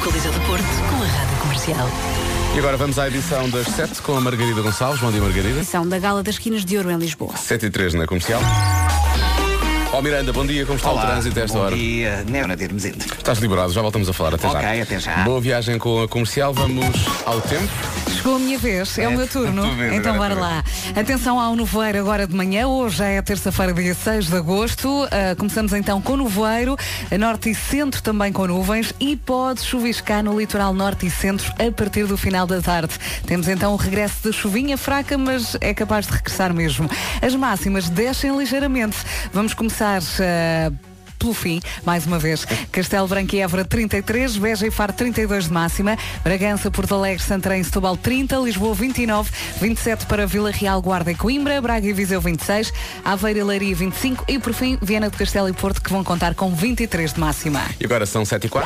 Coliseu do Porto, com a Rádio Comercial. E agora vamos à edição das 7 com a Margarida Gonçalves. Bom dia, Margarida. Edição da Gala das Quinas de Ouro em Lisboa. 7h03 na Comercial. Ó Miranda, bom dia, como está Olá, o trânsito a esta hora? Bom dia, não termos indo. Estás liberado, já voltamos a falar, até já. Ok, até já. Boa viagem com a Comercial, vamos ao tempo. Chegou a minha vez, é o meu turno. tua vez, Então agora bora é lá. Atenção ao nevoeiro agora de manhã. Hoje já é terça-feira, dia 6 de agosto. Começamos então com nevoeiro, norte e centro também com nuvens e pode chuviscar no litoral norte e centro a partir do final da tarde. Temos então o regresso de chuvinha fraca, mas é capaz de regressar mesmo. As máximas descem ligeiramente. Vamos começar pelo fim, mais uma vez. Castelo Branco e Évora 33, Beja e Faro 32 de máxima, Bragança, Porto Alegre, Santarém e Setúbal 30, Lisboa 29, 27 para Vila Real, Guarda e Coimbra, Braga e Viseu 26, Aveiro e Leiria 25 e por fim Viana do Castelo e Porto, que vão contar com 23 de máxima. E agora são 7h04.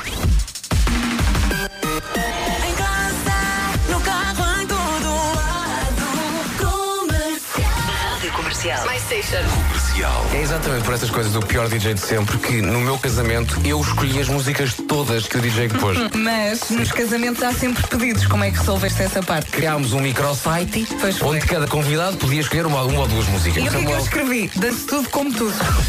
My Station. É exatamente por essas coisas do pior DJ de sempre que no meu casamento eu escolhi as músicas todas que o DJ pôs. Mas nos casamentos há sempre pedidos. Como é que resolveste essa parte? Criámos um microsite Pois foi. onde cada convidado podia escolher uma ou duas músicas. E o que é que eu escrevi? Danço tudo como tudo.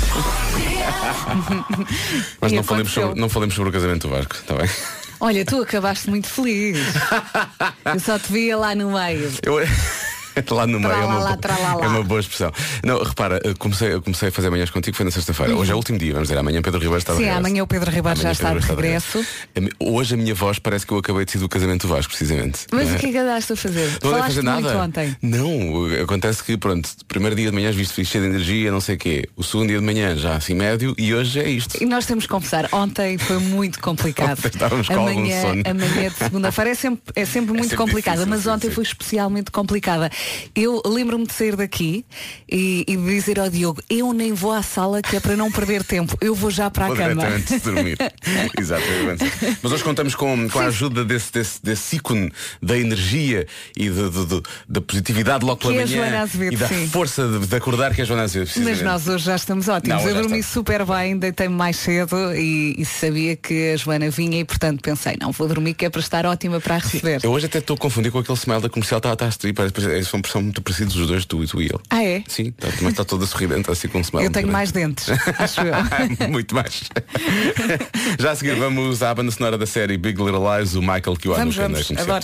Mas E não falemos, aconteceu. não falemos sobre o casamento do Vasco, está bem? Olha, tu acabaste muito feliz. Eu só te via lá no meio. Lá no meio Tralalá. é uma boa expressão. Não, repara, eu comecei a fazer manhãs contigo, foi na sexta-feira. Hoje é o último dia, vamos dizer, amanhã Pedro Ribeiro está de Sim, regresso. amanhã o Pedro Ribeiro já está de regresso. Hoje a minha voz parece que eu acabei de sair do casamento do Vasco, precisamente. Mas Não o que é que andaste a fazer? Não andei a Falaste fazer muito nada. ontem. Não, acontece que, pronto, primeiro dia de manhã viste cheio de energia, não sei o quê. O segundo dia de manhã já assim médio e hoje é isto. E nós temos que confessar, ontem foi muito complicado. Ontem estávamos com algum sono. Amanhã de segunda-feira é sempre muito sempre complicada, difícil, mas sim, ontem sim. foi especialmente complicada. Eu lembro-me de sair daqui e de dizer ao Diogo, eu nem vou à sala que é para não perder tempo, eu vou já para a Vou cama. diretamente dormir. Exatamente. Mas hoje contamos com a ajuda desse ícone da energia e da positividade logo pela Que é a manhã Joana Azevedo, e da sim. força de acordar que é a Joana Azevedo. Mas precisamente. nós hoje já estamos ótimos. Não, Eu já dormi está. super bem, deitei-me mais cedo e sabia que a Joana vinha e portanto pensei, não, vou dormir que é para estar ótima para a receber. Eu hoje até estou a confundir com aquele smile da Comercial, está a estrear, são muito parecidos os dois, tu e ele. Ah, é? Sim, mas está toda sorridente, assim com um smile. Eu tenho muito mais dentes, acho eu. Muito mais. Já a seguir vamos à banda sonora da série Big Little Lies, o Michael Kiwanuka. Vamos, adoro.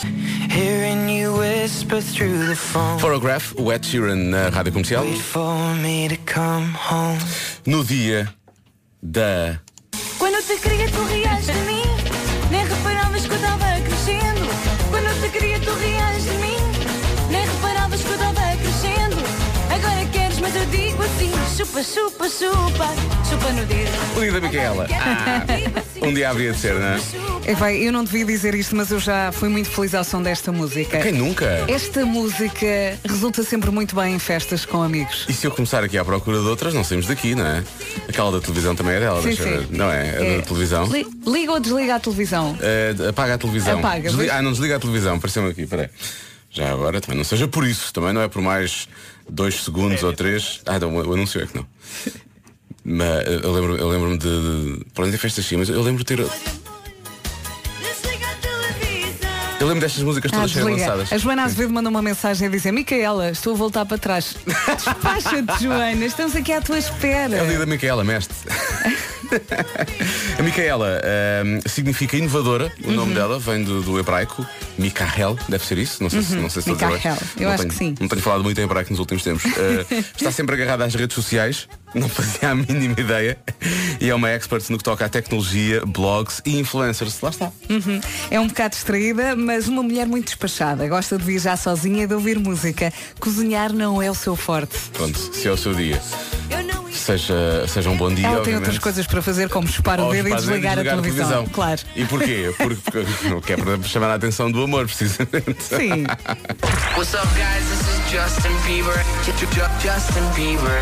Photograph, o Ed Sheeran na Rádio Comercial. No dia da... Quando te queria tu rias de mim, nem reparavas que eu estava crescendo. Quando te queria tu rias de mim, nem reparavas que eu estava crescendo. Agora queres, mas eu digo assim, chupa, chupa, chupa, chupa no dedo. O dia da Micaela. Um dia havia de ser, não é? Eu não devia dizer isto, mas eu já fui muito feliz ao som desta música. Quem nunca? Esta música resulta sempre muito bem em festas com amigos. E se eu começar aqui à procura de outras, não saímos daqui, não é? Aquela da televisão também é dela, Sim, deixa sim. ver. Não é? A da televisão. Liga ou desliga a televisão? Apaga a televisão. Apaga, Não desliga a televisão, apareceu-me aqui, peraí. Já agora, também não seja por isso, também não é por mais 2 segundos ou 3. Não, o anúncio é que não. Mas eu lembro-me de. Para onde é festas sim, mas eu lembro de ter. Desliga a televisão. Eu lembro destas músicas todas serem Desliga. lançadas. A Joana Azevedo mandou uma mensagem a dizer, Micaela, estou a voltar para trás. Despacha-te, Joana, estamos aqui à tua espera. É o dia da Micaela, mestre. A Micaela significa inovadora. O nome dela vem do hebraico Mikael, deve ser isso. Não sei se estou a dizer Mikael, bem. eu Não acho tenho- que sim. Não tenho falado muito em hebraico nos últimos tempos. Está sempre agarrada às redes sociais. Não fazia a mínima ideia. E é uma expert no que toca à tecnologia, blogs e influencers. Lá está. É um bocado distraída, mas uma mulher muito despachada. Gosta de viajar sozinha e de ouvir música. Cozinhar não é o seu forte. Pronto, se é o seu dia. Eu não Seja um bom dia. Ela tem obviamente. outras coisas para fazer, como chupar o Ou dedo e fazer desligar a televisão. Claro. E porquê? Porque é para chamar a atenção do amor, precisamente. Sim. What's up, guys? This is Justin Bieber. Justin Bieber.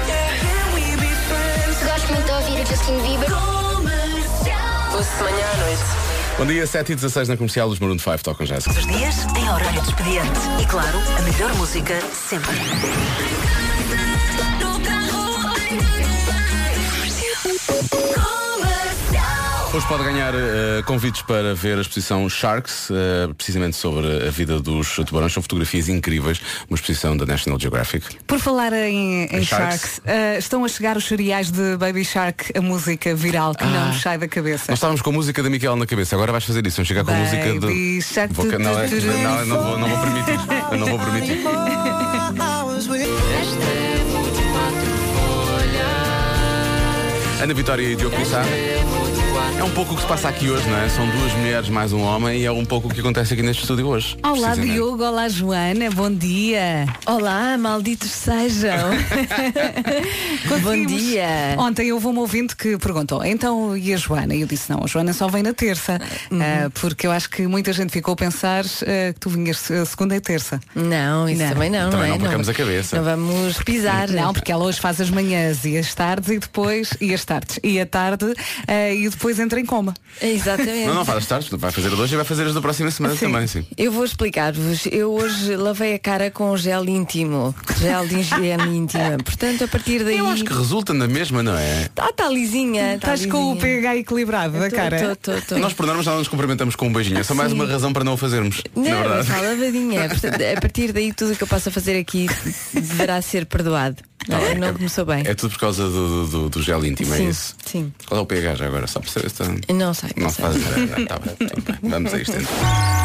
Gosto muito de ouvir o Justin Bieber. Ouço de manhã à noite. Bom dia, 7h16 na Comercial, os Maroon 5 tocam já. Todos os dias em horário de expediente. E claro, a melhor música sempre. no carro. Comercial. Hoje pode ganhar convites para ver a exposição Sharks, precisamente sobre a vida dos tubarões. São fotografias incríveis, uma exposição da National Geographic. Por falar em Sharks, estão a chegar os cereais de Baby Shark, a música viral que não nos sai da cabeça. Nós estávamos com a música da Miquel na cabeça, agora vais fazer isso, vamos chegar com a música Baby Shark. Não vou permitir. Eu não vou permitir. Ana Vitória e Diogo Pissarra. É um pouco o que se passa aqui hoje, não é? São duas mulheres mais um homem e é um pouco o que acontece aqui neste estúdio hoje. Olá Diogo, olá Joana, bom dia. Olá, malditos sejam. Bom dia. Ontem houve um ouvinte que perguntou, então e a Joana? E eu disse, não, a Joana só vem na terça, porque eu acho que muita gente ficou a pensar que tu vinhas segunda e terça. Não, isso também não, também não é? Não percamos a cabeça. Não vamos pisar. Não, porque ela hoje faz as manhãs e as tardes e depois, e as tardes, e a tarde e depois entra em coma. Exatamente. Não faz as tardes, vai fazer as hoje e vai fazer as da próxima semana também, sim. Eu vou explicar-vos. Eu hoje lavei a cara com gel íntimo, gel de higiene íntima. Portanto, a partir daí... Eu acho que resulta na mesma, não é? Está lisinha. Estás com o pH equilibrado da cara. Tô. Nós por norma já não nos cumprimentamos com um beijinho. É só mais uma razão para não o fazermos. Não, na verdade. está lavadinha. Portanto, a partir daí tudo o que eu possa fazer aqui deverá ser perdoado. Não começou bem. É tudo por causa do gel íntimo, sim, é isso? Sim. Qual é o pH já agora? Só para saber se Não sei. Não faz nada. Tá bem, tudo bem. Vamos a isto então.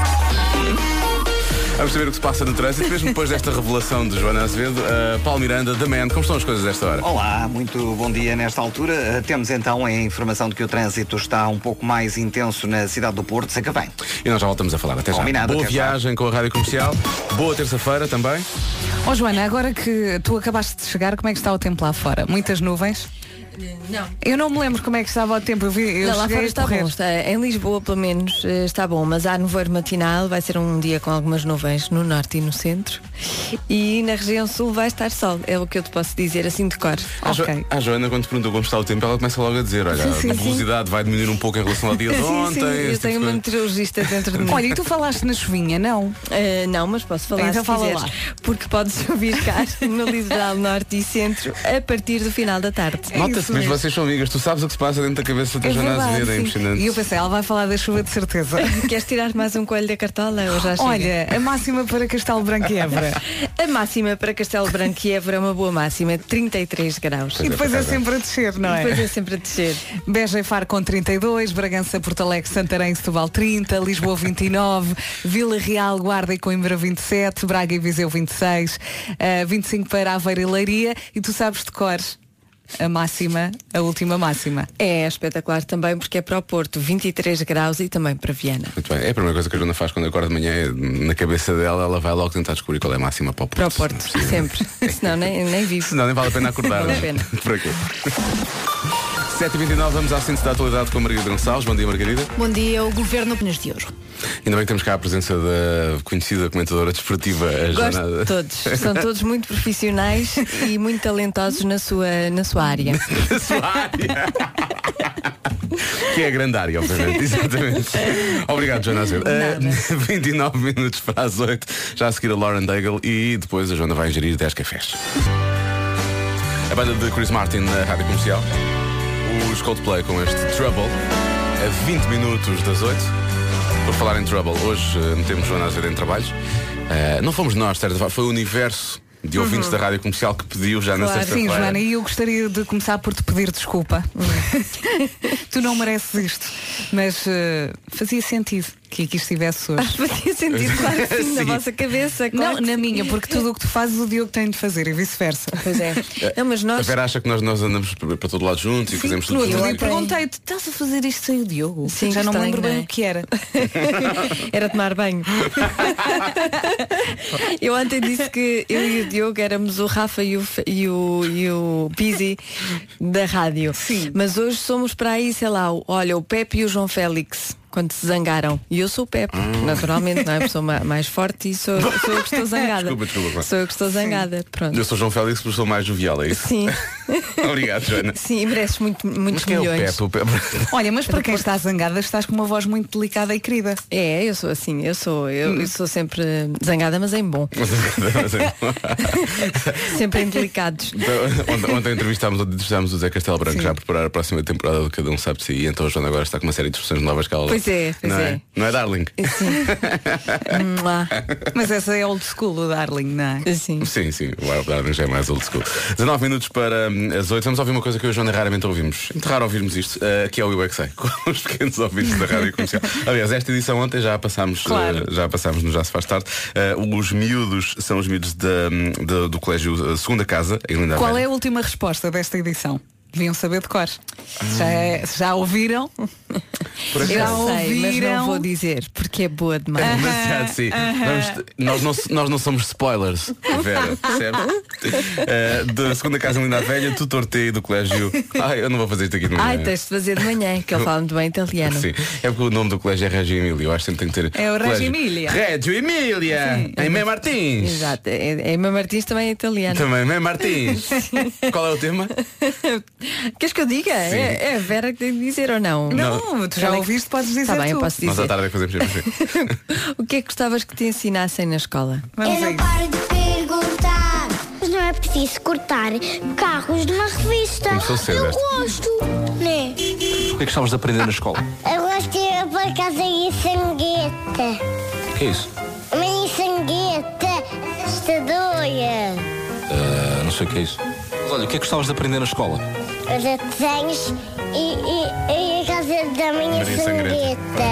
Vamos saber o que se passa no trânsito, mesmo depois desta revelação de Joana Azevedo. Paulo Miranda, da Man, como estão as coisas desta hora? Olá, muito bom dia nesta altura. Temos então a informação de que o trânsito está um pouco mais intenso na cidade do Porto, sei que vem. E nós já voltamos a falar. Até já. Combinado, boa até viagem com a Rádio Comercial. Boa terça-feira também. Ó Joana, agora que tu acabaste de chegar, como é que está o tempo lá fora? Muitas nuvens? Não. Eu não me lembro como é que estava o tempo. Eu lá fora está correr. bom. Em Lisboa, pelo menos, está bom. Mas há nevoeiro matinal. Vai ser um dia com algumas nuvens no norte e no centro. E na região sul vai estar sol. É o que eu te posso dizer assim de cor. A Joana, quando te perguntou como está o tempo, ela começa logo a dizer, olha, sim, a velocidade vai diminuir um pouco em relação ao dia de ontem. Eu tenho uma meteorologista dentro de mim. Olha, e tu falaste na chuvinha, não? Não, mas posso falar então se fala quiseres. lá. Porque pode chuviscar no litoral norte e centro a partir do final da tarde. Nota-se mesmo, vocês são amigas. Tu sabes o que se passa dentro da cabeça da Joana Azevedo, é impressionante. E eu pensei, ela vai falar da chuva de certeza. Queres tirar mais um coelho da cartola? Ou já chega? Olha, a máxima para Castelo Branco e Évora. A máxima para Castelo Branco e Évora é uma boa máxima, 33 graus. E depois é sempre a descer, não é? Depois é sempre a descer. Beja e Faro com 32, Bragança, Porto Alegre, Santarém, Setúbal 30, Lisboa 29, Vila Real, Guarda e Coimbra 27, Braga e Viseu 26, 25 para Aveiro e Leiria. E tu sabes de cor a máxima, a última máxima. É espetacular também porque é para o Porto, 23 graus e também para Viana. Muito bem. É a primeira coisa que a Joana faz quando acorda de manhã, na cabeça dela, ela vai logo tentar descobrir qual é a máxima para o Porto. Para o Porto, sempre. Senão nem vivo. Senão nem vale a pena acordar. Vale a pena. Por aqui. 7h29, vamos à síntese da atualidade com a Margarida Gonçalves. Bom dia, Margarida. Bom dia, o Governo Opiniões de Ouro. Ainda bem que temos cá a presença da conhecida comentadora desportiva, a Gosto Joana. de todos. São todos muito profissionais e muito talentosos na sua área. Na sua área. Que é a grande área, obviamente. Exatamente. Obrigado, Joana Azevedo. 29 minutos para as 8. Já a seguir a Lauren Daigle e depois a Joana vai ingerir 10 cafés. A banda de Chris Martin na Rádio Comercial. Os Coldplay com este Trouble. A 20 minutos das 8. Por falar em Trouble, hoje metemos Joana Azevedo em trabalhos. Não fomos nós, certo? Foi o universo de ouvintes da Rádio Comercial que pediu já na sexta-feira. Sim, Joana, e eu gostaria de começar por te pedir desculpa. Tu não mereces isto, mas fazia sentido que aqui estivesse hoje. Fazia sentido, claro que sim, na vossa cabeça. Claro não, na minha, porque tudo o que tu fazes o Diogo tem de fazer e vice-versa. Pois é. Não, mas A nós... Vera acha que nós andamos para todo lado juntos e fazemos tudo No outro juntos. dia perguntei-te, estás a fazer isto sem o Diogo? Sim, já não me estranho, lembro bem não é? o que era. Era tomar banho. Eu ontem disse que eu e o Diogo éramos o Rafa e o Pizzi da rádio. Sim. Mas hoje somos para aí, sei lá, o Pepe e o João Félix. Quando se zangaram. E eu sou o Pepe, naturalmente, não é? Porque sou mais forte e sou eu que estou zangada. Desculpa. Sou eu que estou zangada. Pronto. Eu sou João Félix, porque sou mais jovial, é isso? Sim. Obrigado, Joana. Sim, mereces muitos Quem é milhões. o Pepe? Olha, mas para quem está zangada, estás com uma voz muito delicada e querida. É, eu sou assim, eu sou sempre zangada, mas em bom. Sempre em delicados. Ontem entrevistámos o Zé Castelo Branco já a preparar a próxima temporada do Cada Um Sabe de Si. E então a Joana agora está com uma série de expressões novas que ela... Pois é. Não é Darling? Sim. Mas essa é old school, o Darling, não é? Sim. Sim, o Darling já é mais old school. 19 minutos para as 8. Vamos ouvir uma coisa que eu e a Joana raramente ouvimos. Muito raro ouvirmos isto, que é o Eu É Que Sei, com os pequenos ouvintes da Rádio Comercial. Aliás, esta edição ontem já passámos, já passámos no Já Se Faz Tarde. Os miúdos são os miúdos do colégio Segunda Casa, em Linda Qual Velha. é a última resposta desta edição? Deviam saber de cor. Já ouviram? Por Eu acaso. sei, mas ouviram? não vou dizer, porque é boa demais. Demasiado, sim. Nós não somos spoilers, Vera, percebe? Da Segunda Casa em Linda Velha, tutor T do colégio. Eu não vou fazer isto aqui no Ai, tens de fazer de manhã, que ele fala muito bem italiano. Sim, é porque o nome do colégio é Reggio Emília. Eu acho que sempre tem que ter. É o Reggio colégio. Emília. Reggio Emília! Em Mé Martins! Exato, Emma Martins também é italiano. Também, Mé Martins! Qual é o tema? Queres que eu diga? É a Vera que tem de dizer ou não? Não, tu já ouviste, podes dizer. Está bem, eu tu. posso Nós à dizer. tarde é que fazemos sempre assim. O que é que gostavas que te ensinassem na escola? Vamos Eu a não isso. paro de perguntar. Mas não é preciso cortar carros de uma revista. Começou cedo Eu esta. gosto, né? O que é que gostavas de aprender na escola? Eu gosto de ir para casa e sangueta. O que é isso? Uma sangueta assustadora. Não sei o que é isso. Mas olha, o que é que gostavas de aprender na escola? Os desenhos e a casa da minha Maria Sangrenta. sangueta.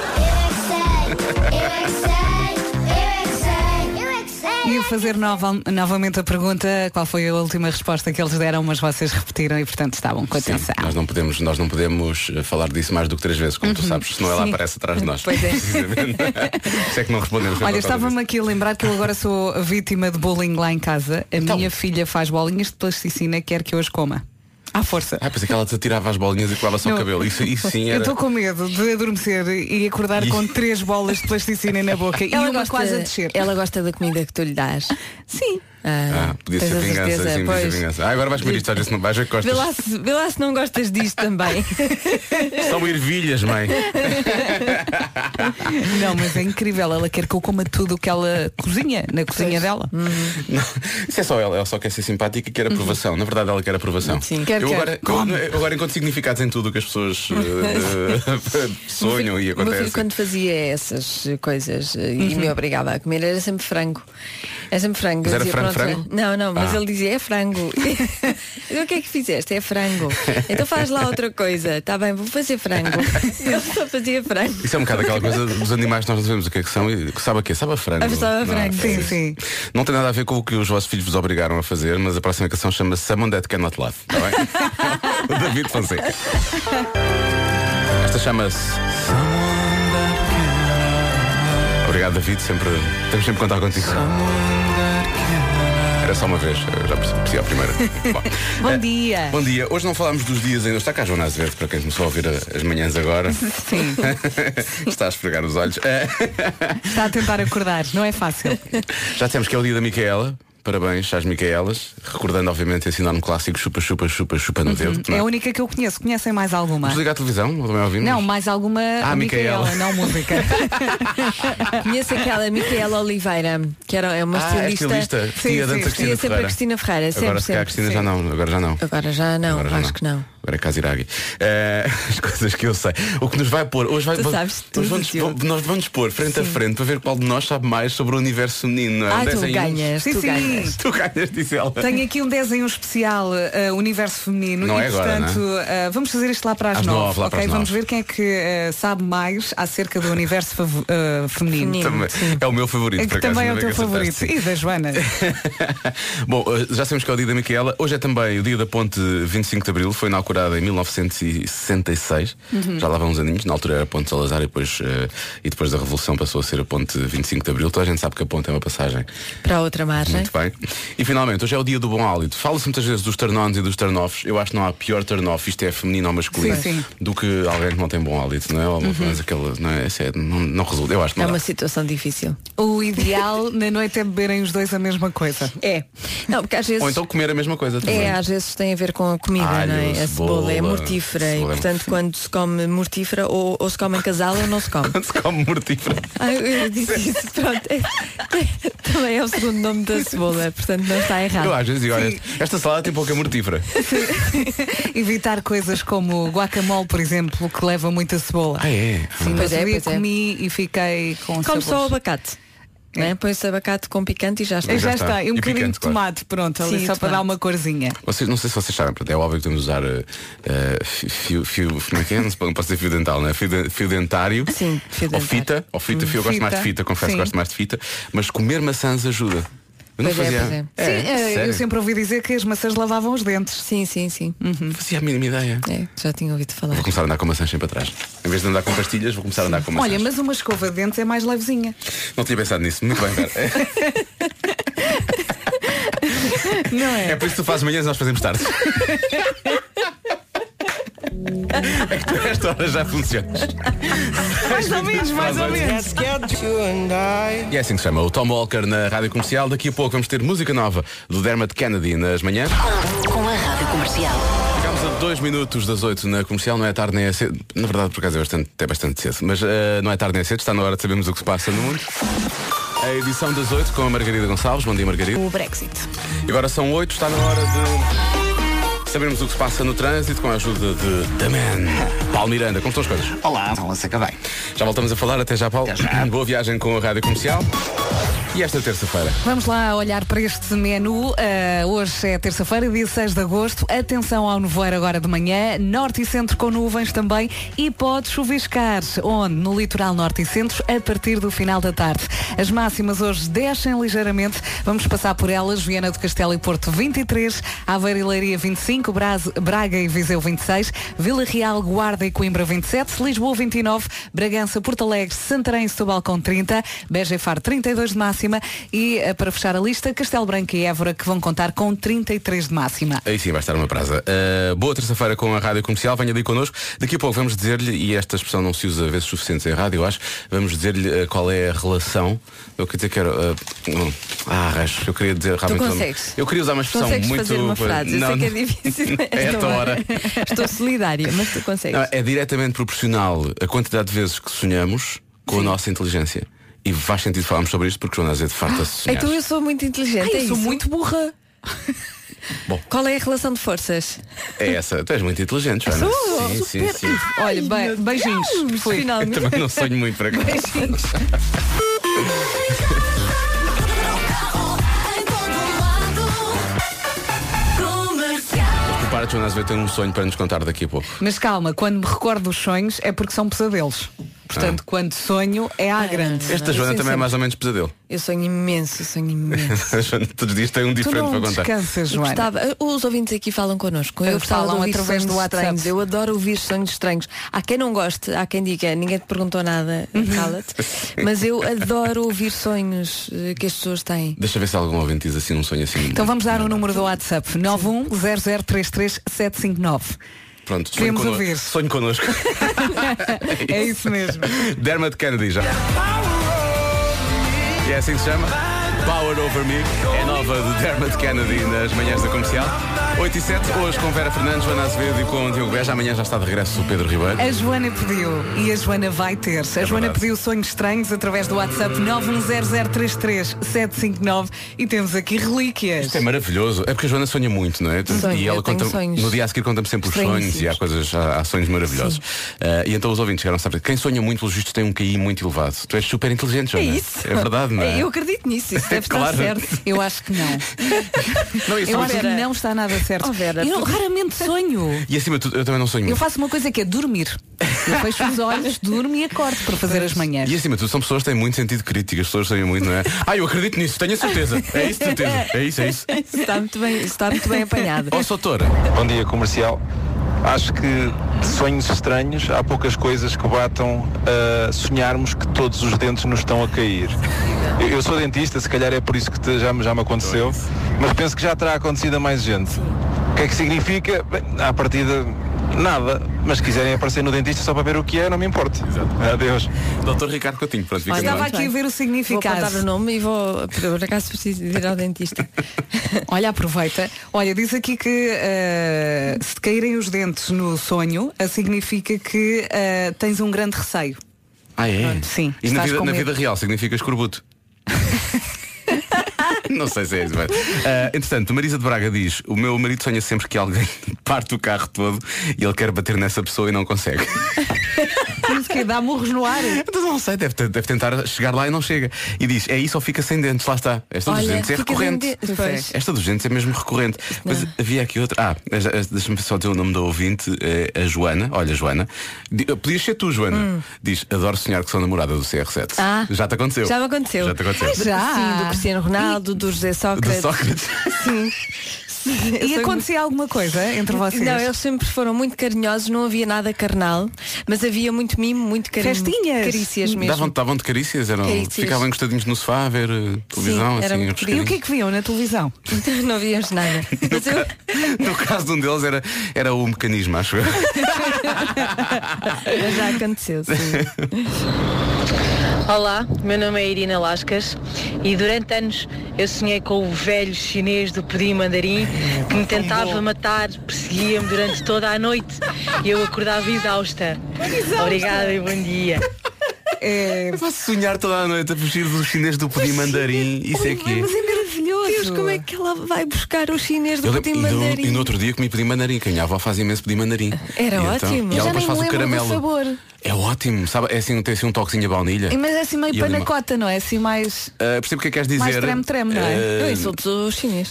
Eu é que sei, eu é que sei, eu é que sei. Ia fazer novamente a pergunta qual foi a última resposta que eles deram, mas vocês repetiram e portanto estavam com Sim, atenção. nós não podemos falar disso mais do que 3 vezes, como tu sabes, senão ela Sim. aparece atrás de nós. Pois é. Isso é que não respondemos. Olha, estava-me aqui a lembrar que eu agora sou vítima de bullying lá em casa. A minha filha faz bolinhas de plasticina, quer que eu as coma. À força. Pensei que ela te atirava as bolinhas e colava só o Não. cabelo. Isso sim Eu era. estou com medo de adormecer e acordar com 3 bolas de plasticina na boca e uma quase a descer. Ela gosta da comida que tu lhe dás. Sim. Podia ser tens a vingança, certeza, sim, podia ser pois. vingança. Agora vais comer isto, às vezes não vais ver costas. Vê lá se não gostas disto também. São ervilhas, mãe. Não, mas é incrível. Ela quer que eu coma tudo o que ela cozinha, na cozinha dela. Não, isso é só ela só quer ser simpática e quer aprovação. Na verdade ela quer aprovação. Sim. Eu agora encontro significados em tudo o que as pessoas sonham e O meu filho, acontece. quando fazia essas coisas e me obrigava a comer, era sempre frango. É sempre frango. Mas Eu era dizia, frango, pronto, frango? Não, mas ele dizia é frango. Eu, o que é que fizeste? É frango. Então faz lá outra coisa. Está bem, vou fazer frango. Ele só fazia frango. Isso é um bocado aquela coisa dos animais que nós não sabemos o que é que são e sabe a quê? Sabe a frango. Sabe a Não, frango. Sim, sim. Não tem nada a ver com o que os vossos filhos vos obrigaram a fazer, mas a próxima canção chama-se Someone That Cannot Love. Está bem? O David Fonseca. Esta chama-se Obrigado, David, temos sempre que contar contigo. Era só uma vez, eu já percebi a primeira. Bom dia. Bom dia. Hoje não falámos dos dias ainda. Está cá a Joana Azevedo, para quem começou a ouvir as manhãs agora. Sim. Está a esfregar os olhos. Está a tentar acordar, não é fácil. Já dissemos que é o dia da Micaela. Parabéns às Micaelas. Recordando, obviamente, esse enorme clássico chupa, chupa, chupa, chupa no dedo. É a única que eu conheço. Conhecem mais alguma? Desligar a televisão? Ou também ouvimos? Não, mais alguma Micaela. não música. Conheço aquela Micaela Oliveira, que é uma É estilista. estilista. Sim, a dança Cristina Ia sempre a Ferreira. Cristina Ferreira. Agora Sempre, se calhar a Cristina sempre. já não. Agora já não. Agora já não, Agora já acho que não. Agora é Casiraghi. As coisas que eu sei. O que nos vai pôr. Hoje Tu sabes tudo, nós vamos pôr frente a frente para ver qual de nós sabe mais sobre o universo feminino. Não é? Tu 10 em 1. ganhas, Sim, tu sim. ganhas. Tu ganhas, disse ela. Tenho aqui um desenho especial, Universo Feminino. Não e é agora, portanto, vamos fazer isto lá para as Às 9. lá para as Ok, vamos 9. ver quem é que sabe mais acerca do universo feminino. Também. É o meu favorito. É por que acaso, também é o ainda teu bem que favorito. acertaste. E da Joana? Bom, já sabemos que é o dia da Micaela. Hoje é também o dia da ponte 25 de Abril. Foi inaugurada inaugurada em 1966, já lá vão uns aninhos. Na altura era a Ponte Salazar e depois da Revolução passou a ser a Ponte 25 de Abril. Toda a gente sabe que a ponte é uma passagem para outra margem. Muito bem. E finalmente, hoje é o dia do bom hálito. Fala-se muitas vezes dos turn-ons e dos turn-offs. Eu acho que não há pior turn-off, isto é feminino ou masculino, sim. do que alguém que não tem bom hálito, não é? Mas aquela, não é? Não resulta. Eu acho que é não uma dá. situação difícil. O ideal na noite é beberem os dois a mesma coisa. É. Não, porque às vezes... Ou então comer a mesma coisa também. Às vezes tem a ver com a comida, Alho, não é? A cebola é mortífera e, cebola é portanto, quando se come mortífera ou se come em casal ou não se come. Quando se come mortífera. Eu disse isso, pronto. Também é o segundo nome da cebola, portanto não está errado. Eu às vezes digo, olha, esta salada tem pouca mortífera. Evitar coisas como guacamole, por exemplo, que leva muita cebola. É? Sim, Pois é. comi e fiquei com Come sabores. só o abacate. Não é? Põe-se abacate com picante e já está. Já está. E um E bocadinho picante, de tomate, pronto, ali Sim, só para tomate. dar uma corzinha. Vocês, não sei se vocês sabem, é óbvio que temos de usar como é que é? Não posso dizer fio dental, não é? Fio dentário. Sim, fio Ou dentário. fita, eu gosto mais de fita, confesso que Sim. gosto mais de fita, mas comer maçãs ajuda. Eu não Pois é, fazia. pois é. Sim, sério? eu sempre ouvi dizer que as maçãs lavavam os dentes. Sim. Não fazia a mínima ideia. Já tinha ouvido falar. Vou começar a andar com maçãs sempre atrás. Em vez de andar com pastilhas, vou começar a andar com maçãs. Olha, mas uma escova de dentes é mais levezinha. Não tinha pensado nisso. Muito bem, cara. Não é? É por isso que tu fazes manhãs e nós fazemos tarde. É que tu a esta hora já funcionas. Mais ou menos. E é assim que se chama o Tom Walker na Rádio Comercial. Daqui a pouco vamos ter música nova do Dermot Kennedy nas manhãs. Com a Rádio Comercial. Ficamos a 2 minutos das 8 na Comercial. Não é tarde nem é cedo. Na verdade, por acaso é bastante cedo. Mas não é tarde nem é cedo. Está na hora de sabermos o que se passa no mundo. A edição das 8 com a Margarida Gonçalves. Bom dia, Margarida. O Brexit. E agora são 8. Está na hora de sabermos o que se passa no trânsito com a ajuda de The Man. Paulo Miranda, como estão as coisas? Olá, vamos acabar. Já voltamos a falar. Até já, Paulo. Até já. Boa viagem com a Rádio Comercial. E esta terça-feira? Vamos lá olhar para este menu. Hoje é terça-feira, dia 6 de agosto. Atenção ao nevoeiro agora de manhã. Norte e centro com nuvens também. E pode chuviscar. Onde? No litoral norte e centro, a partir do final da tarde. As máximas hoje descem ligeiramente. Vamos passar por elas. Viana do Castelo e Porto 23. Aveiro e Leiria 25. Braga e Viseu 26. Vila Real, Guarda e Coimbra 27. Lisboa 29. Bragança, Porto Alegre, Santarém e Setúbal com 30. Beja e Faro 32 de máxima. E para fechar a lista, Castelo Branco e Évora que vão contar com 33 de máxima. Aí sim vai estar uma praza. Boa terça-feira com a Rádio Comercial. Venha ali connosco. Daqui a pouco vamos dizer-lhe, e esta expressão não se usa vezes suficientes em rádio, eu acho, vamos dizer-lhe qual é a relação. Eu queria dizer que era. Eu queria dizer realmente. Tu consegues? Eu queria usar uma expressão consegues muito. fazer uma frase. Eu sei que é difícil. É esta hora. Estou solidária, mas tu consegues. Não, é diretamente proporcional a quantidade de vezes que sonhamos com a nossa inteligência. E faz sentido falarmos sobre isto porque Joana Azevedo farta-se de sonhar. Então eu sou muito inteligente. Eu sou isso? muito burra. Bom, Qual é a relação de forças? é essa. Tu és muito inteligente, Joana. Sou, Sim. Olha, beijinhos. Fui. Eu Finalmente. também não sonho muito para cá. Beijinhos. Prepara-te, Joana Azevedo tem um sonho para nos contar daqui a pouco. Mas calma, quando me recordo dos sonhos é porque são pesadelos. Portanto, quando sonho é à grande. Esta Joana sim, também é sim. mais ou menos pesadelo. Eu sonho imenso. A Joana todos os dias tem um Tu diferente não para contar. descansas, Eu Joana. gostava, os ouvintes aqui falam connosco. Eu gostava de Falam ouvir através sonhos do WhatsApp. estranhos. Eu adoro ouvir sonhos estranhos. Há quem não goste, há quem diga, ninguém te perguntou nada, cala-te. Mas eu adoro ouvir sonhos que as pessoas têm. Deixa ver se algum ouvinte diz assim um sonho assim. Então vamos dar o número do WhatsApp 910033759. Pronto, sonho Queremos connosco. ouvir. Sonho connosco. É isso mesmo. Dermot Kennedy já. E é assim que se chama? Power Over Me. É nova de Dermot Kennedy nas manhãs da Comercial. 8h07, hoje com Vera Fernandes, Joana Azevedo e com Diogo Beja. Amanhã já está de regresso o Pedro Ribeiro. A Joana pediu e a Joana vai ter. A Joana verdade. pediu sonhos estranhos através do WhatsApp 910033759 e temos aqui relíquias. Isto é maravilhoso. É porque a Joana sonha muito, não é? Sonho, E ela eu tenho conta, sonhos no dia a seguir conta-me sempre os sonhos e há coisas, há sonhos maravilhosos. E então os ouvintes chegaram a saber. Quem sonha muito, pelos vistos, tem um QI muito elevado. Tu és super inteligente, É Joana. isso. É verdade, não é? Eu acredito nisso, isso deve Claro. estar certo. Eu acho que não. Não, isso Eu é acho que Vera. não está nada certo. Oh, Vera, eu raramente sonho. E acima de tudo, eu também não sonho Eu muito. faço uma coisa que é dormir. Eu fecho os olhos, durmo e acordo para fazer as manhãs. E acima de tudo, são pessoas que têm muito sentido crítico. As pessoas sonham muito, não é? Eu acredito nisso, tenho a certeza. É isso, de certeza. É isso. Está muito bem apanhado. Ó, Soutora. Bom dia, comercial. Acho que de sonhos estranhos há poucas coisas que batam a sonharmos que todos os dentes nos estão a cair. Eu sou dentista, se calhar é por isso que já me aconteceu, mas penso que já terá acontecido a mais gente. O que é que significa? Bem, à partida, nada. Mas se quiserem aparecer no dentista só para ver o que é, não me importa. Exato. Adeus. Dr. Ricardo Coutinho, pronto, fica Estava aqui a ver o significado. Vou apontar o nome e vou, por acaso, preciso ir ao dentista. Olha, aproveita. Olha, diz aqui que se te caírem os dentes no sonho, significa que tens um grande receio. Ah, é? Sim. E na vida real significa escorbuto? Não sei se é isso, mas... entretanto, Marisa de Braga diz: o meu marido sonha sempre que alguém parte o carro todo e ele quer bater nessa pessoa e não consegue. Isso que dá murros no ar. Então, não sei, deve tentar chegar lá e não chega. E diz: é isso ou fica sem dentes, lá está. Esta dos dentes é recorrente. Esta dos dentes é mesmo recorrente. Mas havia aqui outra. Deixa-me só dizer o nome da ouvinte, a Joana. Olha, Joana, podias ser tu, Joana. Diz: adoro sonhar que sou namorada do CR7. Já te aconteceu? Já me aconteceu. Já te aconteceu? Sim, do Cristiano Ronaldo, do José Sócrates. Do Sócrates. Sim. E acontecia alguma coisa entre vocês? Não, eles sempre foram muito carinhosos, não havia nada carnal, mas havia muito mimo, muito carinho. Festinhas. Carícias mesmo. Davam-te carícias? Carícias. Ficavam encostadinhos no sofá a ver televisão? Sim, assim, e o que é que viam na televisão? Não víamos nada. Mas eu... No caso de um deles era o mecanismo, acho eu. Já aconteceu, sim. Olá, meu nome é Irina Lascas e durante anos eu sonhei com o velho chinês do pudim mandarim que me tentava matar, perseguia-me durante toda a noite e eu acordava exausta. Obrigada e bom dia. Posso sonhar toda a noite a fugir do chinês do pudim mandarim. Isso é que Mas é maravilhoso. Deus, como é que ela vai buscar o chinês do pudim mandarim? E no outro dia comi pudim mandarim, que a minha avó faz imenso pudim mandarim. Era ótimo. E ela depois faz o caramelo. Sabor. É ótimo, sabe? É assim, tem assim um toquezinho a baunilha. Mas é assim meio panacota, não é? Assim mais... percebo o que é que queres dizer. Mais treme-treme, não é? Eu sou do chinês.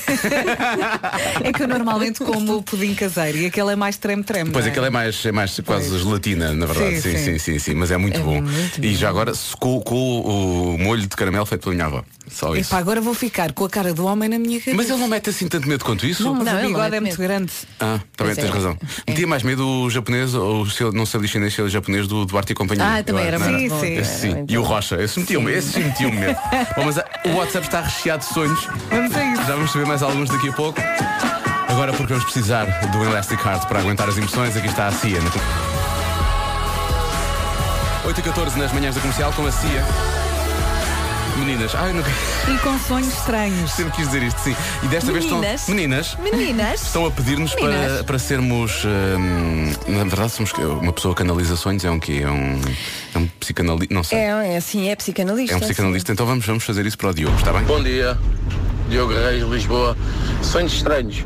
É que eu normalmente como o pudim caseiro e aquele é mais treme-treme. Pois não é? aquele é mais quase gelatina, na verdade. Sim. Mas é muito bom. Muito e bom. já agora com o molho de caramelo feito pela minha avó. Só isso. Epá, agora vou ficar com a cara do homem na minha cabeça. Mas ele não mete assim tanto medo quanto isso? Não, mas Não, o ele bigode não é mete muito grande. Também tens razão. Metia mais medo o japonês, ou não sei de chinês, se ele é japonês do Duarte e companhia. Também era muito bom. Sim. E o Rocha, esse metiam-me medo. Bom, mas o WhatsApp está recheado de sonhos. Vamos a isso. Já vamos saber mais alguns daqui a pouco. Agora, porque vamos precisar do Elastic Heart para aguentar as emoções, aqui está a Cia. 8h14 nas manhãs da Comercial com a Cia. Meninas, E com sonhos estranhos. sempre quis dizer isto, sim. E desta vez estão. Meninas estão a pedir-nos para sermos. Na verdade, somos uma pessoa que analisa sonhos. É um quê? É um psicanalista. Não sei. É psicanalista. É um psicanalista, então vamos fazer isso para o Diogo, está bem? Bom dia, Diogo Reis, Lisboa. Sonhos estranhos.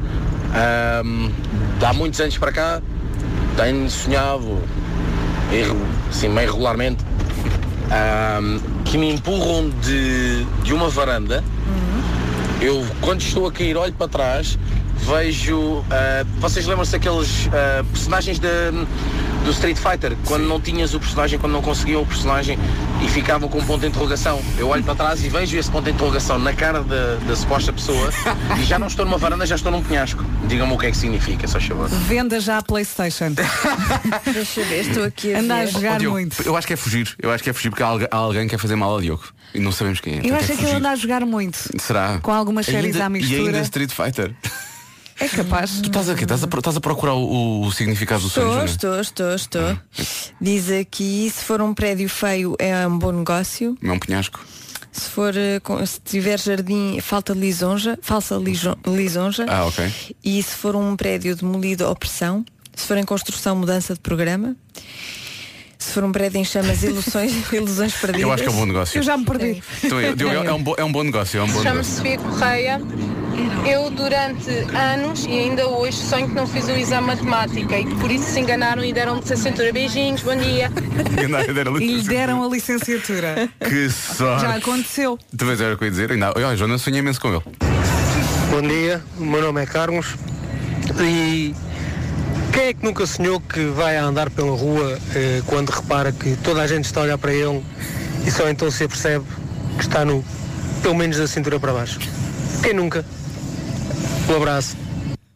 Há muitos anos para cá tenho sonhado, assim, meio regularmente, que me empurram de uma varanda. Eu, quando estou a cair, olho para trás, vejo... vocês lembram-se daqueles personagens do Street Fighter? Quando não tinhas o personagem, quando não conseguiam o personagem e ficavam com um ponto de interrogação. Eu olho para trás e vejo esse ponto de interrogação na cara da suposta pessoa e já não estou numa varanda, já estou num penhasco. Digam-me o que é que significa, só favor. Venda já a PlayStation. Deixa eu ver, estou aqui a Anda a ver. jogar Diogo, muito. eu acho que é fugir. Porque alguém quer fazer mal ao Diogo. E não sabemos quem é. Eu Portanto, acho é que ele fugir. anda a jogar muito. Será? Com algumas séries à mistura. E ainda Street Fighter. É capaz. Tu estás aqui, estás a procurar o significado do sonho? Estou. Diz aqui, se for um prédio feio é um bom negócio. É um penhasco. Se tiver jardim, falsa lisonja. Ok. E se for um prédio demolido, opressão. Se for em construção, mudança de programa. Se for um prédio em chamas, ilusões perdidas. Eu acho que é um bom negócio. Eu já me perdi. Então, é um bom negócio. Chamo-me Sofia Correia. Eu durante anos e ainda hoje sonho que não fiz o exame de matemática e que por isso se enganaram e deram licenciatura. Beijinhos, bom dia. E lhe deram a licenciatura. Que sorte. Já aconteceu. Talvez era o que eu ia dizer. Olha, Joana, sonhei imenso com ele. Bom dia, o meu nome é Carlos e quem é que nunca sonhou que vai a andar pela rua quando repara que toda a gente está a olhar para ele e só então se apercebe que está nu, pelo menos da cintura para baixo? Quem nunca? Um abraço.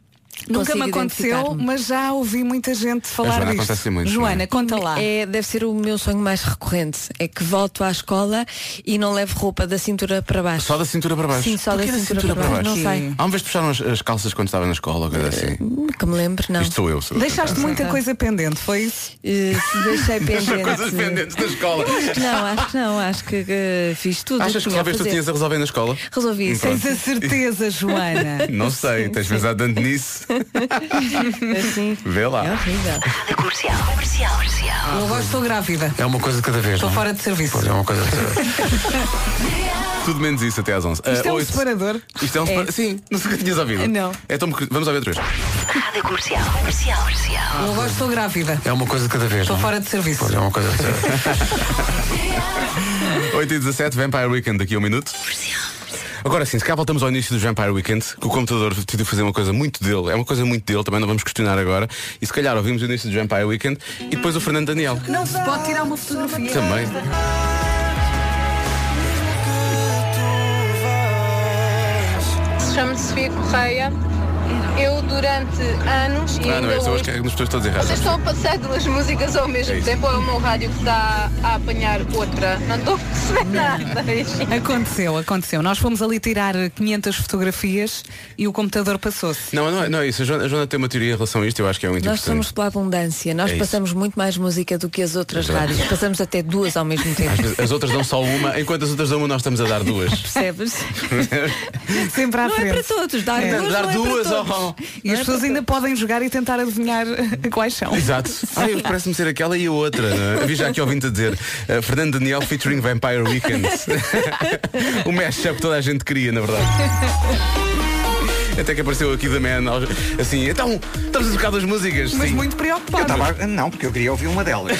Nunca me aconteceu, mas já ouvi muita gente falar disto. Acontece muito, Joana, conta lá. Deve ser o meu sonho mais recorrente. É que volto à escola e não levo roupa da cintura para baixo. Só da cintura para baixo? Sim, só da cintura para baixo. Não sei. Há uma vez puxaram as calças quando estava na escola ou coisa assim? Que me lembro, não. Isto sou eu. Deixaste muita coisa pendente, foi isso? Deixei pendente. Coisas pendentes da escola. Acho que não. Acho que fiz tudo. Achas que talvez tu tinhas a resolver na escola? Resolvi isso. Tens a certeza, Joana? Não sei, tens pensado tanto nisso. Assim. Vê lá. É horrível. Rádio Comercial. Eu agora estou grávida. É uma coisa de cada vez. Estou fora de serviço. Pois é uma coisa de cada vez. Tudo menos isso até às 11. Isto é um separador? Isto é um separador? Sim, nunca tinhas ouvido. Não. Então, vamos ouvir outra vez. Rádio Comercial. Eu agora estou grávida. É uma coisa de cada vez. Estou fora de serviço. Pois é uma coisa de cada vez. 8h17, Vampire Weekend, daqui a um minuto. Agora sim, se cá voltamos ao início do Vampire Weekend, que o computador decidiu fazer uma coisa muito dele, é uma coisa muito dele, também não vamos questionar agora. E se calhar ouvimos o início do Vampire Weekend e depois o Fernando Daniel. Não se pode tirar uma fotografia. Também. Chamo-me Sofia Correia. Eu durante anos e ainda não é, hoje... hoje carrego nos pessoas todas erradas. Vocês estão a passar duas músicas ao mesmo tempo ou é o meu rádio que está a apanhar outra? Não estou a perceber nada. Aconteceu. Nós fomos ali tirar 500 fotografias e o computador passou-se. Não é isso. A Joana tem uma teoria em relação a isto, eu acho que é muito Nós importante. somos pela abundância. Nós passamos muito mais música do que as outras rádios. Passamos até duas ao mesmo tempo. As outras dão só uma, enquanto as outras dão uma, nós estamos a dar duas. Percebes? Sempre à Não frente. é para todos. Dar duas. E as pessoas ainda podem jogar e tentar adivinhar quais são. Exato. Parece-me ser aquela e a outra. Não é? Vi já aqui ouvindo a dizer Fernando Daniel featuring Vampire Weekend. O mashup que toda a gente queria, na verdade. Até que apareceu aqui da Man, assim, então, estamos a tocar duas músicas. Mas sim. muito preocupado. Não, porque eu queria ouvir uma delas.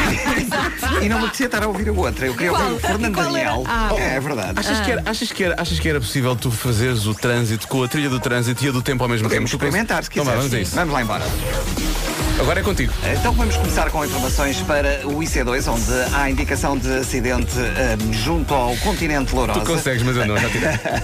E não me apetecia estar a ouvir a outra. Eu queria ouvir o Fernando Daniel. É verdade. Achas que era possível tu fazeres o trânsito com a trilha do trânsito e a do tempo ao mesmo Podemos tempo? experimentar, se quiseres. Vamos a isso. Vamos lá embora. Agora é contigo. Então vamos começar com informações para o IC2, onde há indicação de acidente junto ao continente Lourosa. Tu consegues, mas eu não, já tive.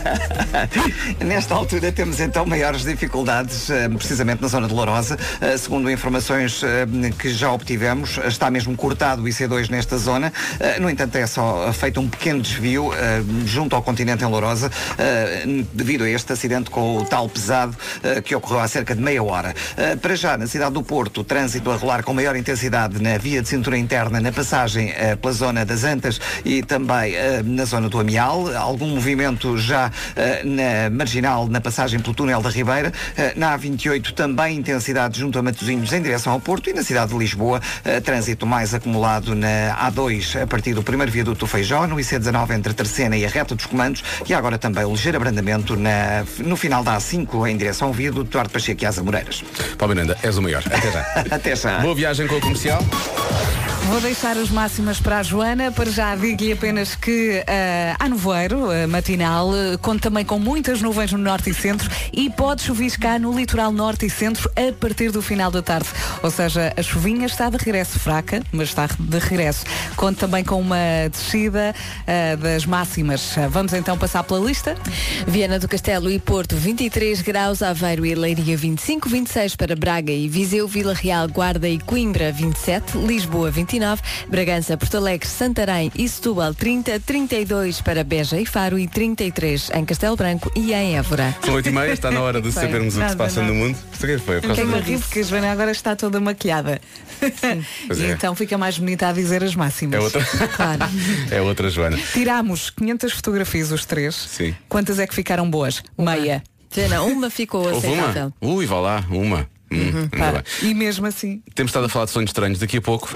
Nesta altura temos então maiores dificuldades, precisamente na zona de Lourosa. Segundo informações que já obtivemos, está mesmo cortado o IC2 nesta zona. No entanto, é só feito um pequeno desvio junto ao continente em Lourosa, devido a este acidente com o tal pesado que ocorreu há cerca de meia hora. Para já, na cidade do Porto, o trânsito a rolar com maior intensidade na via de cintura interna, na passagem pela zona das Antas e também na zona do Amial. Algum movimento já na marginal, na passagem pelo túnel da Ribeira. Na A28 também intensidade junto a Matosinhos em direção ao Porto, e na cidade de Lisboa trânsito mais acumulado na A2 a partir do primeiro viaduto do Feijó, no IC19 entre Terceira e a reta dos Comandos, e agora também o ligeiro abrandamento no final da A5 em direção ao viaduto Duarte Pacheco e às Amoreiras. Paulo Miranda, és o maior. Até já. Até já. Boa viagem com o comercial. Vou deixar as máximas para a Joana. Para já digo-lhe apenas que há nevoeiro matinal, conta também com muitas nuvens no norte e centro e pode chuviscar no litoral norte e centro a partir do final da tarde. Ou seja, a chuvinha está de regresso, fraca, mas está de regresso. Conta também com uma descida das máximas. Vamos então passar pela lista. Viana do Castelo e Porto 23 graus, Aveiro e Leiria 25, 26 para Braga e Viseu, Vila Real, Guarda e Coimbra 27, Lisboa 29, Bragança, Porto Alegre, Santarém e Setúbal 30, 32 para Beja e Faro e 33 em Castelo Branco e em Évora. São 8h30, está na hora de sabermos o que se passa no mundo. Foi porque a Joana agora está toda maquilhada. E então fica mais bonita a dizer as máximas. É outra. Claro. É outra Joana. Tirámos 500 fotografias os três. Sim. Quantas é que ficaram boas? Meia. Não, uma ficou aceitável. Ui, vá lá, uma. E mesmo assim. Temos estado a falar de sonhos estranhos. Daqui a pouco,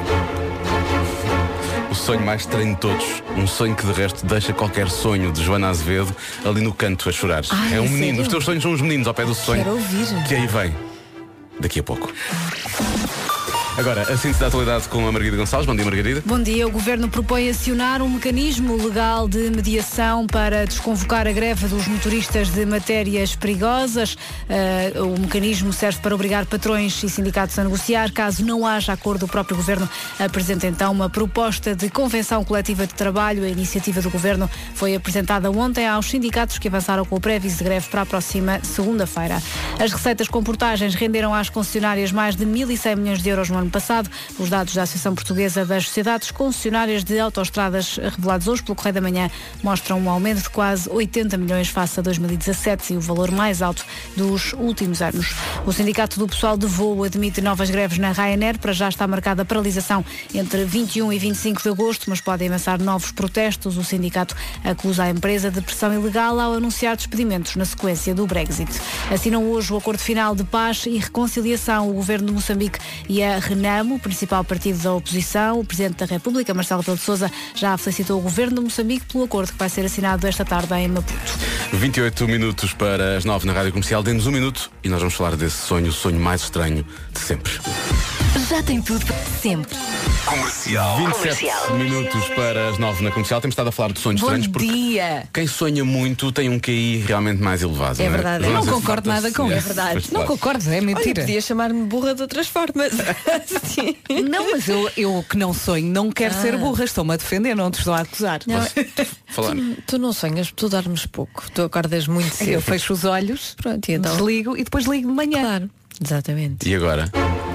o sonho mais estranho de todos. Um sonho que de resto deixa qualquer sonho de Joana Azevedo ali no canto a chorar. É um menino. Os teus sonhos são os meninos ao pé do sonho. Quero ouvir. Que aí vem. Daqui a pouco. Agora, a síntese da atualidade com a Margarida Gonçalves. Bom dia, Margarida. Bom dia. O Governo propõe acionar um mecanismo legal de mediação para desconvocar a greve dos motoristas de matérias perigosas. O mecanismo serve para obrigar patrões e sindicatos a negociar. Caso não haja acordo, o próprio Governo apresenta então uma proposta de convenção coletiva de trabalho. A iniciativa do Governo foi apresentada ontem aos sindicatos que avançaram com o pré-aviso de greve para a próxima segunda-feira. As receitas com portagens renderam às concessionárias mais de 1.100 milhões de euros no ano passado. Os dados da Associação Portuguesa das Sociedades Concessionárias de Autoestradas, revelados hoje pelo Correio da Manhã, mostram um aumento de quase 80 milhões face a 2017 e o valor mais alto dos últimos anos. O Sindicato do Pessoal de Voo admite novas greves na Ryanair. Para já está marcada a paralisação entre 21 e 25 de agosto, mas podem avançar novos protestos. O sindicato acusa a empresa de pressão ilegal ao anunciar despedimentos na sequência do Brexit. Assinam hoje o acordo final de paz e reconciliação. O Governo de Moçambique e a RENAMO, o principal partido da oposição. O Presidente da República, Marcelo Rebelo de Sousa, já felicitou o Governo de Moçambique pelo acordo que vai ser assinado esta tarde em Maputo. 28 minutos para as 9 na Rádio Comercial. Dê-nos um minuto e nós vamos falar desse sonho, o sonho mais estranho de sempre. Já tem tudo para sempre. Comercial. 27 minutos para as 9 na Comercial. Temos estado a falar de sonhos estranhos porque quem sonha muito tem um QI realmente mais elevado. É verdade. Não é? Não concordo nada com isso. É verdade. Não concordo, é mentira. Olha, podia chamar-me burra de outras formas. Sim. Não, mas eu que não sonho, não quero ser burra. Estou-me a defender, não te estou a acusar. Não, falar. Tu não sonhas, tu dormes pouco. Tu acordas muito cedo. Eu fecho os olhos, pronto, e então... desligo e depois ligo de manhã. Claro, exatamente. E agora?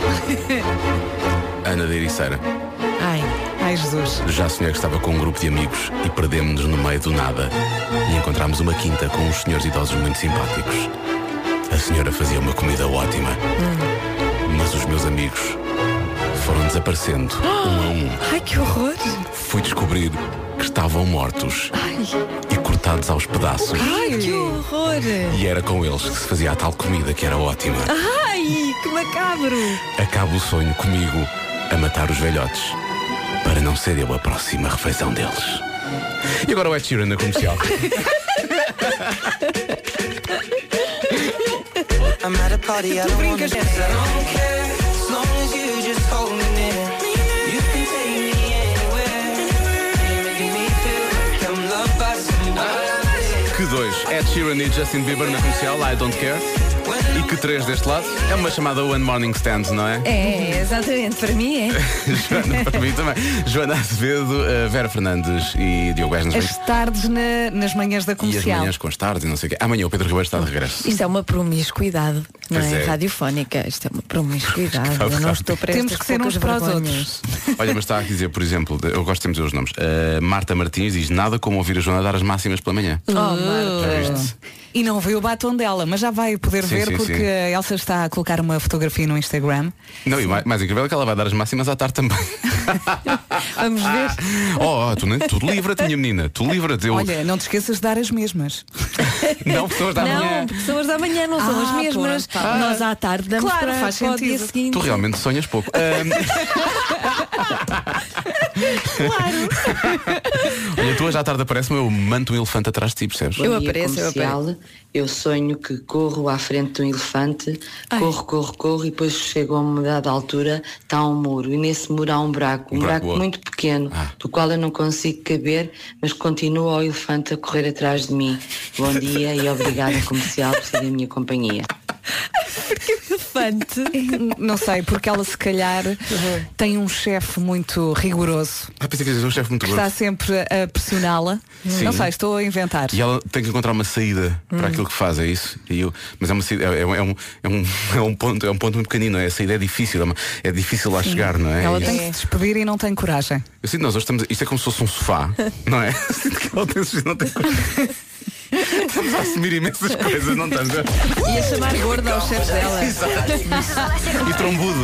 Ana da Ericeira. Ai, Jesus. Já sonhei que estava com um grupo de amigos e perdemos-nos no meio do nada e encontramos uma quinta com uns senhores idosos muito simpáticos. A senhora fazia uma comida ótima, mas os meus amigos foram desaparecendo um a um. Ai, que horror! Fui descobrir que estavam mortos e cortados aos pedaços. Ai, que horror! E era com eles que se fazia a tal comida que era ótima. Ai, que macabro! Acabo o sonho comigo a matar os velhotes para não ser eu a próxima refeição deles. E agora o Ed Sheeran na Comercial. Tu brincas nessa. Que dois, Ed Sheeran e Justin Bieber na Comercial, I Don't Care. E que três deste lado. É uma chamada One Morning Stand, não é? É, exatamente, para mim é. Joana, para mim também. Joana Azevedo, Vera Fernandes e Diogo Esnes. As tardes nas manhãs da E as Comercial. manhãs com as tardes e não sei o quê. Amanhã o Pedro Ribeiro está de regresso. Isto é uma promiscuidade, não Pois é? é. Radiofónica. Isto é uma promiscuidade. Eu não estou para Temos estas que ser uns poucas para os vergonhas. Olha, mas está a dizer, por exemplo, eu gosto de dizer os nomes. Marta Martins diz nada como ouvir a Joana dar as máximas pela manhã. Já viste? E não viu o batom dela, mas já vai poder Sim, ver sim, porque sim. a Elsa está a colocar uma fotografia no Instagram. Não, e mais incrível é que ela vai dar as máximas à tarde também. Vamos ver. Tu livra-te, minha menina. Tu livra-te. Olha, não te esqueças de dar as mesmas. Não, pessoas da manhã. Não, porque são as da manhã, não são as mesmas. pois, tá. Nós à tarde damos Claro, para, faz para o dia sentido. seguinte. Tu realmente sonhas pouco. Olha, tu hoje à tarde aparece-me, eu manto um elefante atrás de ti, percebes? Eu Bom dia, apareço, eu comercial. Eu sonho que corro à frente de um elefante, corro e depois chego a uma dada altura, está um muro e nesse muro há um buraco boa. muito pequeno, do qual eu não consigo caber, mas continua o elefante a correr atrás de mim. Bom dia e obrigada, comercial, por ser a minha companhia. Elefante. Não sei, porque ela se calhar tem um chefe muito rigoroso Pensei que dizer um chefe muito que está gordo. sempre a pressioná-la. Sim. Não sei, estou a inventar. E ela tem que encontrar uma saída para aquilo que faz, é isso? Mas é uma saída, é um ponto muito pequenino, é? A saída é difícil, é difícil lá chegar, não é? Ela E- tem que se despedir e não tem coragem. Eu sinto que nós hoje estamos. Isto é como se fosse um sofá, não é? Sinto que ela não tem coragem. Estamos a assumir imensas coisas, não estamos a... E a chamar gorda aos chefes dela. E trombudo.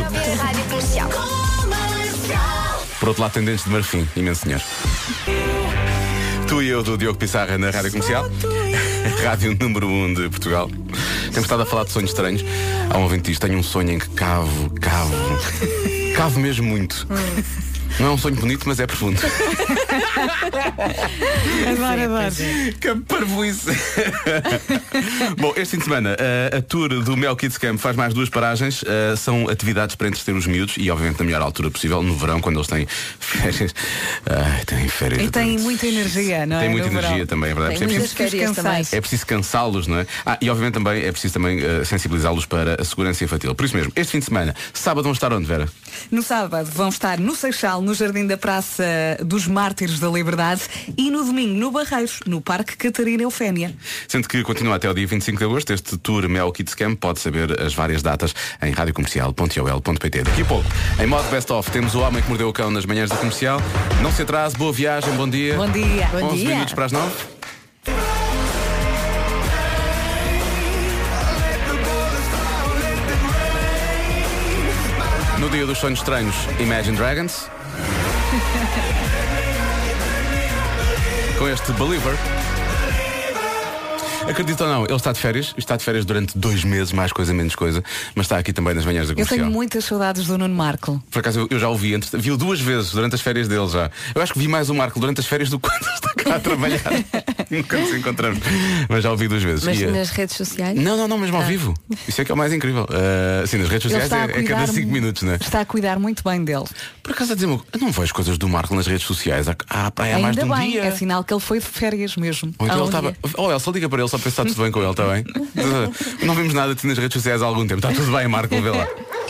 Por outro lado, tem dentes de marfim, imenso senhor. Tu e eu, do Diogo Pissarra, na Rádio Comercial, a Rádio número 1 de Portugal. Temos estado a falar de sonhos estranhos. Há um ouvinte que diz, tenho um sonho em que cavo mesmo muito. Não é um sonho bonito, mas é profundo. Adoro. Que parvoíce. Bom, este fim de semana a tour do Mel Kids Camp faz mais 2 paragens. São atividades para entreter os miúdos e obviamente na melhor altura possível, no verão, quando eles têm férias. Têm férias. E têm muita energia, não é? Tem muita energia também, é verdade. É preciso cansá-los, não é? E obviamente também é preciso também sensibilizá-los para a segurança infantil. Por isso mesmo, este fim de semana, sábado vão estar onde, Vera? No sábado vão estar no Seixal, no Jardim da Praça dos Mártires da Liberdade, e no domingo no Barreiros, no Parque Catarina Eufémia. Sendo que continua até o dia 25 de agosto, este tour Mel Kids Camp. Pode saber as várias datas em radiocomercial.ol.pt. Daqui a pouco, em modo best-of, temos o Homem que Mordeu o Cão nas manhãs da Comercial. Não se atrase, boa viagem, bom dia. Bom dia. 11 minutos para as 9. No dia dos sonhos estranhos, Imagine Dragons. Com este Believer. Acredito ou não, ele está de férias. Está de férias durante 2 meses, mais coisa, menos coisa. Mas está aqui também nas manhãs da Comercial. Eu tenho muitas saudades do Nuno Marco. Por acaso eu já o vi, vi-o 2 vezes durante as férias dele já. Eu acho que vi mais o Marco durante as férias do que quando ele está cá a trabalhar. Nunca nos encontramos. Mas já o vi 2 vezes. Mas nas redes sociais? Não, mesmo ao vivo. Isso é que é o mais incrível. Sim, nas redes sociais é cada 5 minutos, não é? Está a cuidar muito bem dele. Por acaso a dizer-me, eu não vejo coisas do Marco nas redes sociais há mais de um dia. É sinal que ele foi de férias mesmo. Ou então ele estava. Elsa, liga para ele só para ver se está tudo bem com ele, está bem? Não vimos nada de ti nas redes sociais há algum tempo. Está tudo bem, Marco, vê lá.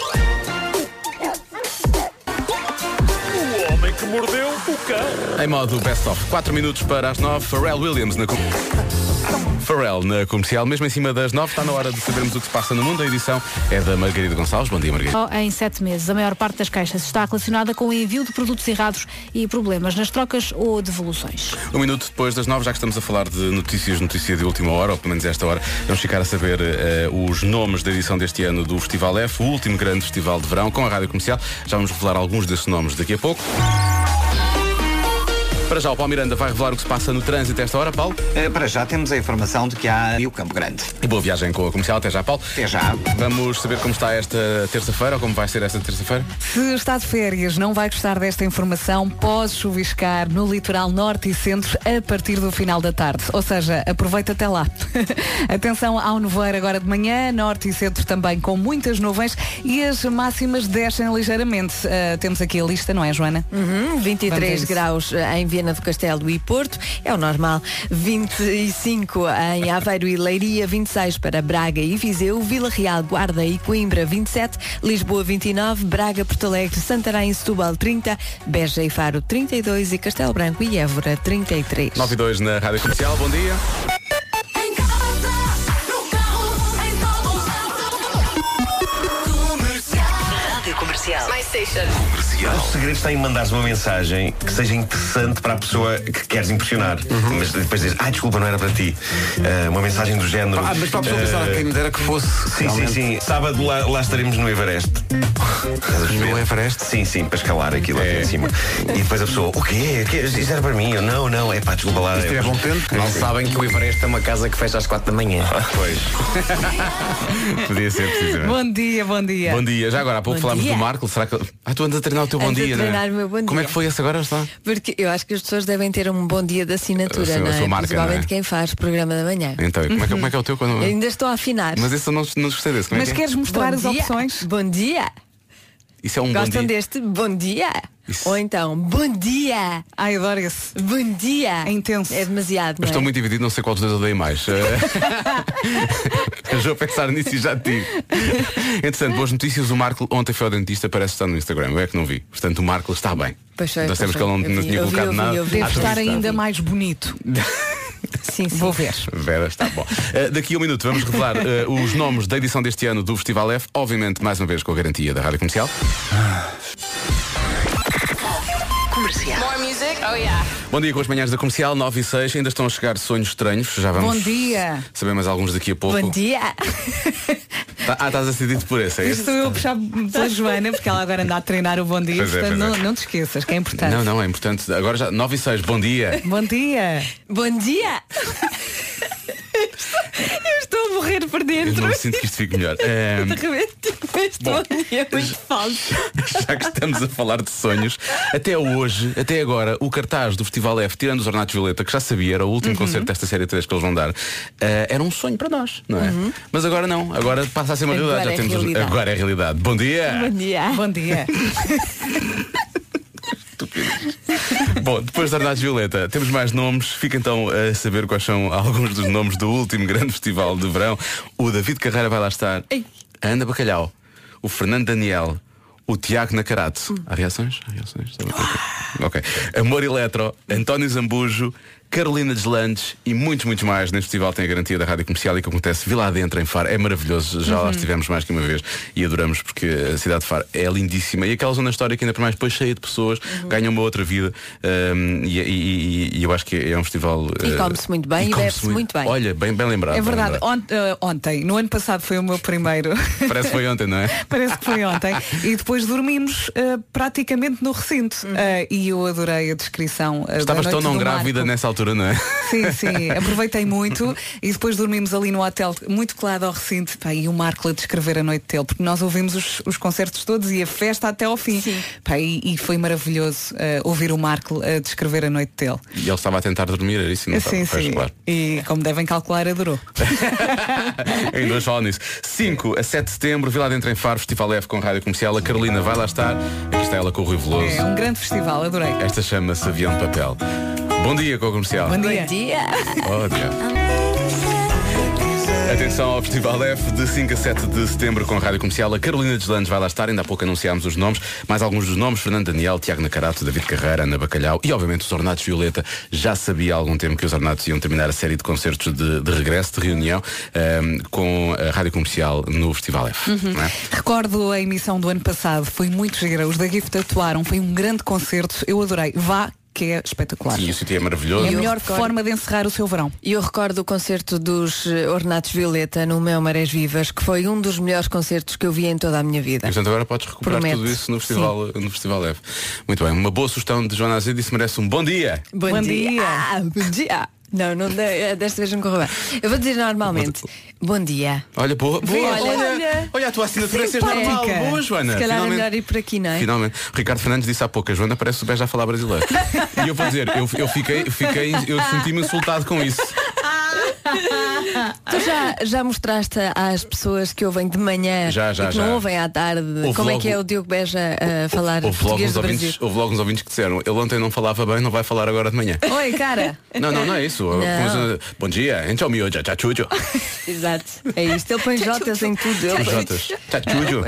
O homem que mordeu o cão. Em modo best-of, 4 minutos para as 9, Pharrell Williams na Pharrell na Comercial, mesmo em cima das 9, está na hora de sabermos o que se passa no mundo. A edição é da Margarida Gonçalves. Bom dia, Margarida. Em 7 meses, a maior parte das queixas está relacionada com o envio de produtos errados e problemas nas trocas ou devoluções. 1 minuto depois das 9, já que estamos a falar de notícia de última hora, ou pelo menos esta hora, vamos ficar a saber os nomes da edição deste ano do Festival F, o último grande festival de verão, com a Rádio Comercial. Já vamos revelar alguns desses nomes daqui a pouco. Para já, o Paulo Miranda vai revelar o que se passa no trânsito a esta hora, Paulo. Para já temos a informação de que há o Campo Grande. E boa viagem com a Comercial. Até já, Paulo. Até já. Vamos saber como está esta terça-feira, ou como vai ser esta terça-feira. Se está de férias, não vai gostar desta informação, pode chuviscar no litoral norte e centro a partir do final da tarde. Ou seja, aproveita até lá. Atenção ao nevoeiro agora de manhã, norte e centro também com muitas nuvens e as máximas descem ligeiramente. Temos aqui a lista, não é, Joana? 23 graus em Viana do Castelo e Porto, é o normal. 25 em Aveiro e Leiria, 26 para Braga e Viseu, Vila Real, Guarda e Coimbra, 27, Lisboa 29, Braga, Porto Alegre, Santarém e Setúbal 30, Beja e Faro 32 e Castelo Branco e Évora 33. 9 e 2 na Rádio Comercial, bom dia. My station. O segredo está em mandares uma mensagem que seja interessante para a pessoa que queres impressionar. Mas depois dizes, desculpa, não era para ti. Uma mensagem do género. Mas para a pessoa pensar quem me dera que fosse. Sim. Sábado lá estaremos no Everest. No Everest? Sim, para escalar aquilo aqui em cima. E depois a pessoa, o quê? Isso era para mim? Eu, não, é pá, desculpa lá. Se tiver bom tempo. Não sabem que o Everest é uma casa que fecha às 4 da manhã. Pois. Podia ser, precisamente. Bom dia. Bom dia. Já agora há pouco falámos do Marco. Será que. Tu andas a treinar o teu bom dia, não é? O meu bom dia. Como é que foi esse agora? Está? Porque eu acho que as pessoas devem ter um bom dia de assinatura, não é? Marca, principalmente não é? Quem faz programa da manhã. Então, como é que é o teu? Quando... Ainda estou a afinar. Mas esse eu não gostei desse. Mas queres mostrar as opções? Bom dia. Isso é um Gostam bom dia. deste? Bom dia. Ou então, bom dia. Ai, adoro esse. Bom dia. É intenso. É demasiado, Mas não estou é? muito dividido, não sei qual dos dois eu dei mais. Eu vou pensar nisso e já te digo. Entretanto, boas notícias. O Marco ontem foi ao dentista, parece estar no Instagram. Eu é que não vi. Portanto, o Marco está bem. Pois foi, Nós temos que ele não tinha colocado nada. Deve estar ainda mais bonito. Sim. Vou ver. Vera, está bom. Daqui a 1 minuto vamos revelar os nomes da edição deste ano do Festival F. Obviamente, mais uma vez, com a garantia da Rádio Comercial. Comercial. More music? Oh yeah. Bom dia com as manhãs da Comercial, 9 e 6. Ainda estão a chegar sonhos estranhos. Já vamos Bom dia. saber mais alguns daqui a pouco. Bom dia. Estás a ser dito por esse, é esse? Estou eu a puxar pela Joana, porque ela agora anda a treinar o bom dia. Pois é, Portanto, pois é. não te esqueças, que é importante. Não, é importante. Agora já, 9 e 6, bom dia. Bom dia. Bom dia. Eu estou a morrer por Eu dentro. não sinto que isto fique melhor. De repente, este homem é muito falso. Já que estamos a falar de sonhos, até hoje, até agora, o cartaz do Festival F, tirando os Ornatos Violeta, que já sabia, era o último concerto desta série 3 que eles vão dar, era um sonho para nós, não é? Mas agora não, agora passa a ser uma Agora realidade. é realidade. Agora é realidade. Bom dia! Bom dia. Bom dia. Bom, depois da Ornatos Violeta, temos mais nomes. Fica então a saber quais são alguns dos nomes do último grande festival de verão. O David Carreira vai lá estar, a Ana Bacalhau, o Fernando Daniel, o Tiago Nacarato. Há reações? Há reações? Ok. Amor Eletro, António Zambujo, Carolina Deslandes e muitos mais neste festival. Tem a garantia da Rádio Comercial e que acontece lá dentro em Faro. É maravilhoso, já lá estivemos mais que uma vez e adoramos porque a cidade de Faro é lindíssima e aquela zona histórica ainda por mais depois cheia de pessoas, ganha uma outra vida e eu acho que é um festival E come-se muito bem e bebe-se muito bem. Olha, bem lembrado. É verdade, bem lembrado. ontem, no ano passado foi o meu primeiro. Parece que foi ontem, não é? Parece que foi ontem. E depois dormimos praticamente no recinto. E eu adorei a descrição. Estavas da tão noite não do grávida Marco. nessa altura, não é? Sim, aproveitei muito e depois dormimos ali no hotel muito colado ao recinto. Pá, e o Marco a descrever a noite dele, porque nós ouvimos os concertos todos e a festa até ao fim. Pá, e foi maravilhoso ouvir o Marco a descrever a noite dele. E ele estava a tentar dormir, era isso? Não Sim. Claro. E como devem calcular, adorou. Ainda hoje falo nisso. 5 a 7 de setembro, Vila Dentro em Faro, Festival F com Rádio Comercial. A Carolina vai lá estar. Aqui está ela com o Rui Veloso. É um grande festival, adorei. Esta chama-se Avião de Papel. Bom dia com o Comercial. Bom dia. Oh, dia. Atenção ao Festival F de 5 a 7 de setembro com a Rádio Comercial. A Carolina Deslandes vai lá estar. Ainda há pouco anunciámos os nomes. Mais alguns dos nomes: Fernando Daniel, Tiago Nacarato, David Carreira, Ana Bacalhau e obviamente os Ornatos Violeta. Já sabia há algum tempo que os Ornatos iam terminar a série de concertos de regresso, de reunião com a Rádio Comercial no Festival F. Não é? Recordo a emissão do ano passado, foi muito gira. Os da Gift atuaram, foi um grande concerto. Eu adorei. Vá, que é espetacular. Sim, o sítio é maravilhoso. É a melhor forma de encerrar o seu verão. E eu recordo o concerto dos Ornatos Violeta no Meu Marés Vivas, que foi um dos melhores concertos que eu vi em toda a minha vida. E, portanto, agora podes recuperar tudo isso no Festival F. Muito bem, uma boa sugestão de Joana Azevedo, disse merece um bom dia. Bom dia. Bom dia. Não, desta vez não correu bem. Eu vou dizer normalmente. Bom dia. Olha, boa. Olha, a tua assinatura é ser normal. Boa, Joana. Se calhar finalmente, é melhor ir por aqui, não é? Finalmente. O Ricardo Fernandes disse há pouco, a Joana parece o Beja a falar brasileiro. E eu vou dizer, eu senti-me insultado com isso. Tu já mostraste às pessoas que ouvem de manhã e que não ouvem à tarde como é que é o Diogo Beja a falar português do Brasil? Houve logo uns ouvintes que disseram, ele ontem não falava bem, não vai falar agora de manhã. Oi, cara. Não é isso. Bom dia, então meu chachujo. Exato, é isto. Ele põe jotas em tudo. Jotas. Chachujo.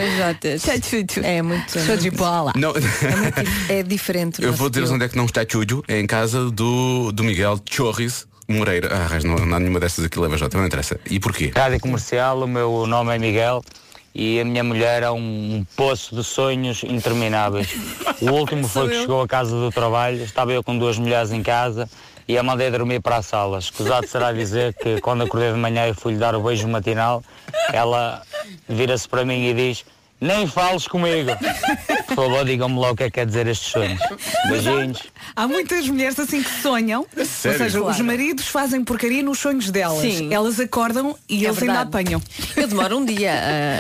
É muito show de bola. Não. É diferente. Eu vou dizer onde é que não está chachujo. É em casa do Miguel Chorris Moreira. Não há nenhuma dessas aqui leva J, não interessa. E porquê? Rádio Comercial, o meu nome é Miguel e a minha mulher é um poço de sonhos intermináveis. O último foi que chegou a casa do trabalho, estava eu com 2 mulheres em casa e a mandei dormir para a sala. Escusado será dizer que quando acordei de manhã e fui-lhe dar o beijo matinal, ela vira-se para mim e diz: nem fales comigo. Por favor, digam-me lá o que é que quer dizer estes sonhos. Beijinhos. Há muitas mulheres assim que sonham. Sério? Ou seja, os maridos fazem porcaria nos sonhos delas. Sim. Elas acordam e eles ainda apanham. Eu demoro um dia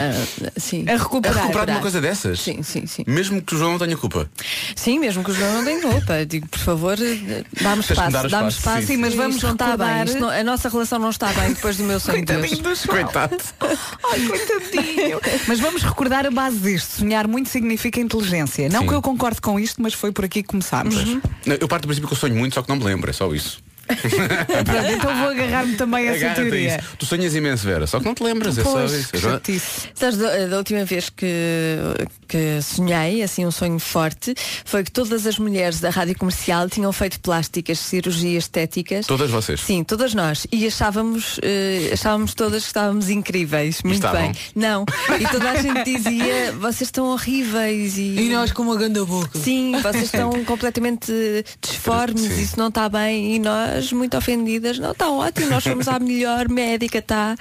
a recuperar. A recuperar uma coisa dessas? Sim. Mesmo que o João não tenha culpa? Sim, mesmo que o João não tenha culpa. Digo, por favor, dá-me espaço. Sim, mas vamos não está recordar... bem. A nossa relação não está bem depois do meu sonho de Deus. Coitado. Ai, coitadinho. Mas vamos recordar a base disto. Sonhar muito significa inteligência. Não que eu concorde com isto, mas foi por aqui que começámos. Eu parto do princípio que eu sonho muito, só que não me lembro, é só isso. Pronto, então vou agarrar-me também a essa teoria. Isso. Tu sonhas imenso, Vera, só que não te lembras, é só isso. Sabes, da última vez que sonhei, assim, um sonho forte, foi que todas as mulheres da Rádio Comercial tinham feito plásticas, cirurgias estéticas. Todas vocês? Sim, todas nós. E achávamos todas que estávamos incríveis. Muito bem. Não. E toda a gente dizia, vocês estão horríveis. E nós com uma grande boca. Sim, vocês estão completamente disformes, isso não está bem. E nós, muito ofendidas, não, está ótimo, nós somos a melhor médica, está.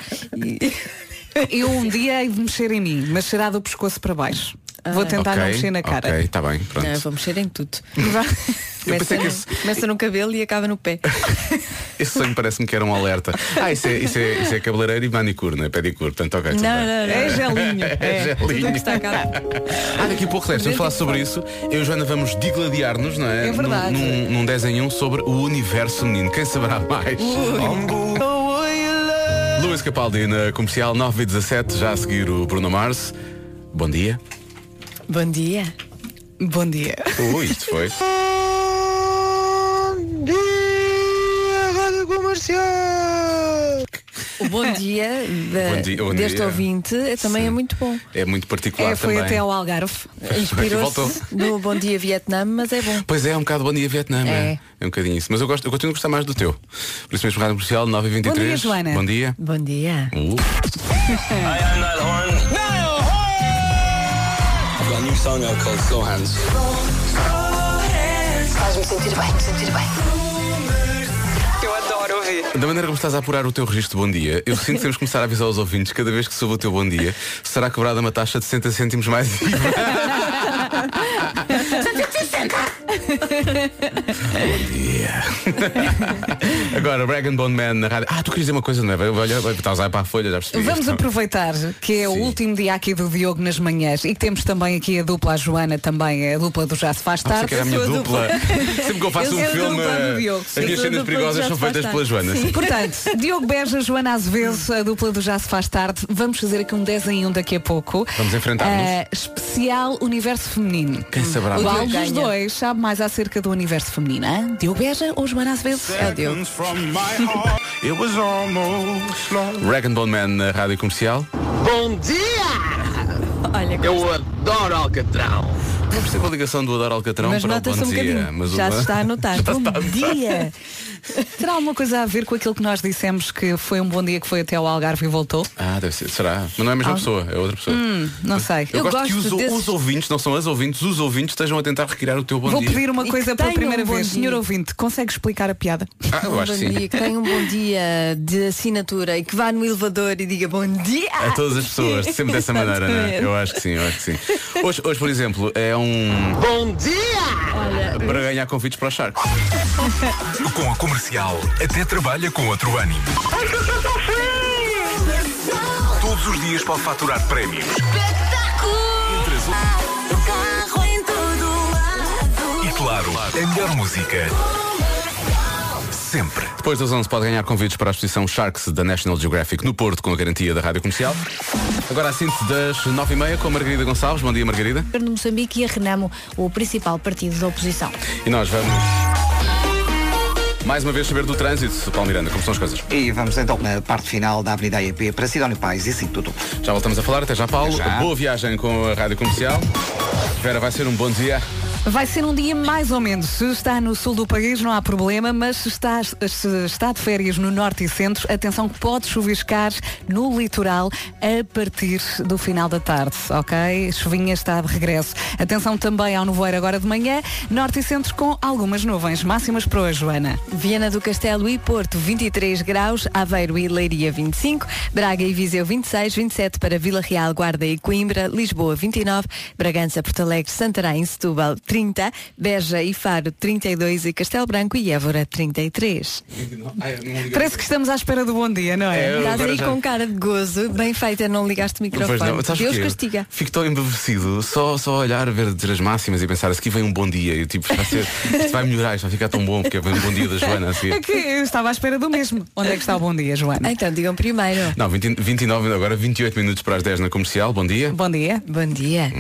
Eu um dia hei de mexer em mim, mas será do pescoço para baixo. Vou tentar não mexer na cara. Ok, está bem, pronto. Não, vou mexer em tudo. Começa no cabelo e acaba no pé. Esse sonho parece-me que era um alerta. Isso é cabeleireiro e manicure, não é? Pedicure, portanto, ok. Não, É gelinho. É gelinho. Daqui a pouco, vamos falar sobre isso. Eu e Joana vamos digladiar-nos, não é? É verdade. Num 10 em 1 sobre o universo feminino. Quem saberá mais? Luís Capaldi na Comercial 9h17, já a seguir o Bruno Mars. Bom dia. Bom dia. Bom dia. Isto foi. Bom dia, Rádio Comercial. O bom dia, bom deste dia. ouvinte também é muito bom. É muito particular Foi também. até ao Algarve. Inspirou-se no Bom Dia Vietnã, mas é bom. Pois é um bocado Bom Dia Vietnã. É um bocadinho isso. Mas eu continuo a gostar mais do teu. Por isso mesmo, Rádio Comercial 9h23. Bom dia, Joana. Bom dia. Bom dia. I've got a new song out called Slow Hands. Faz-me sentir bem. Eu adoro ouvir. Da maneira como estás a apurar o teu registro de Bom Dia, eu sinto que temos que começar a avisar aos ouvintes, cada vez que soube o teu Bom Dia, será cobrada uma taxa de 60 cêntimos mais IVA. Bom dia. Agora, Rag & Bone Man na rádio. Tu querias dizer uma coisa, não é? Olha, estás aí para a folha, já percebi. Vamos aproveitar que é o último dia aqui do Diogo nas manhãs e que temos também aqui a dupla, a Joana também, a dupla do Já Se Faz Tarde. Que era a minha dupla. Sempre que eu faço um filme, as minhas cenas perigosas são feitas pela Joana. Sim. Portanto, Diogo Beja, Joana Azevedo, a dupla do Já Se Faz Tarde. Vamos fazer aqui um 10 em 1 daqui a pouco. Vamos enfrentar-nos. Especial Universo Feminino. Quem saberá mais? Qual dos dois sabe mais acerca do universo feminino? Hein? Diogo Beja ou Joana Azevedo? É o Diogo. Rag & Bone Man na Rádio Comercial. Bom dia! Olha, eu adoro Alcatrão. Não percebo a ligação do Adoro Alcatrão mas para o Bom Dia. Mas já se está a notar. Bom dia! Terá alguma coisa a ver com aquilo que nós dissemos que foi um bom dia que foi até ao Algarve e voltou? Deve ser. Será? Mas não é a mesma pessoa, é outra pessoa. Não sei. Eu gosto que os ouvintes, não são as ouvintes, os ouvintes estejam a tentar recriar o teu bom dia. Vou pedir uma coisa pela primeira vez. Dia. Senhor ouvinte, consegue explicar a piada? Eu acho que sim. Dia, que tenha um bom dia de assinatura e que vá no elevador e diga bom dia a todas as pessoas, sempre dessa maneira, não é? Eu acho que sim. Hoje, por exemplo, é um bom dia! Olha, para ganhar convites para o Sharks. Com a Comercial, até trabalha com outro ânimo. Todos os dias pode faturar prémios. E claro, a melhor música. Sempre. Depois das 11 pode ganhar convites para a exposição Sharks da National Geographic no Porto com a garantia da Rádio Comercial. Agora a síntese das 9h30 com a Margarida Gonçalves. Bom dia, Margarida. No Moçambique e a Renamo, o principal partido da oposição. E nós vamos mais uma vez saber do trânsito. Paulo Miranda, como são as coisas? E vamos então na parte final da Avenida AEP para Sidónio Pais e sim tudo. Já voltamos a falar, até já, Paulo. Até já. Boa viagem com a Rádio Comercial. Vera, vai ser um bom dia. Vai ser um dia mais ou menos. Se está no sul do país não há problema, mas se está de férias no norte e centro, atenção que pode chuviscar no litoral a partir do final da tarde, ok? Chuvinha está de regresso. Atenção também ao nevoeiro agora de manhã, norte e centro com algumas nuvens. Máximas para hoje, Joana. Viana do Castelo e Porto 23 graus, Aveiro e Leiria 25, Braga e Viseu 26, 27 para Vila Real, Guarda e Coimbra, Lisboa 29, Bragança, Porto Alegre, Santarém e Setúbal 30, Beja e Faro 32 e Castelo Branco e Évora 33. Parece que estamos à espera do bom dia, não é? Estás aí com cara de gozo, bem feita, não ligaste o microfone. Deus castiga. Fico tão embevecido, só a olhar, a ver as máximas e pensar, se aqui vem um bom dia, e tipo, isto vai melhorar, isto vai ficar tão bom, porque vem um bom dia da Joana assim. É que eu estava à espera do mesmo. Onde é que está o bom dia, Joana? Então, digam primeiro. Não, 29, agora 28 minutos para as 10 na Comercial. Bom dia. Bom dia. Bom dia.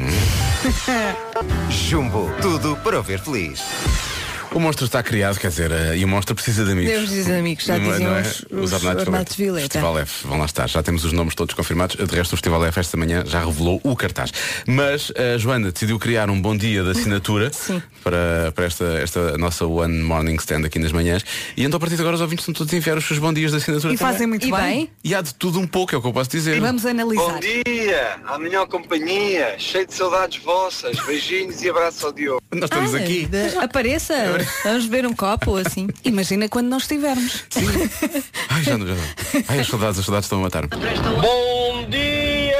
Jumbo, tudo para o ver feliz. O monstro está criado, quer dizer, e o monstro precisa de amigos. Deus diz amigos, já diziam os Armados de Violeta. Festival F, vão lá estar, já temos os nomes todos confirmados. De resto, o Festival F esta manhã já revelou o cartaz. Mas a Joana decidiu criar um bom dia de assinatura para esta nossa One Morning Stand aqui nas manhãs. E então a partir de agora os ouvintes estão todos a enviar os seus bons dias de assinatura. E fazem muito bem. E há de tudo um pouco, é o que eu posso dizer. E vamos analisar. Bom dia, à melhor companhia, cheio de saudades vossas, beijinhos e abraços ao Diogo. Nós estamos aqui. Apareça, vamos beber um copo assim. Imagina quando não estivermos. Sim. Ai, já. Ai, as saudades estão a matar-me. Bom dia!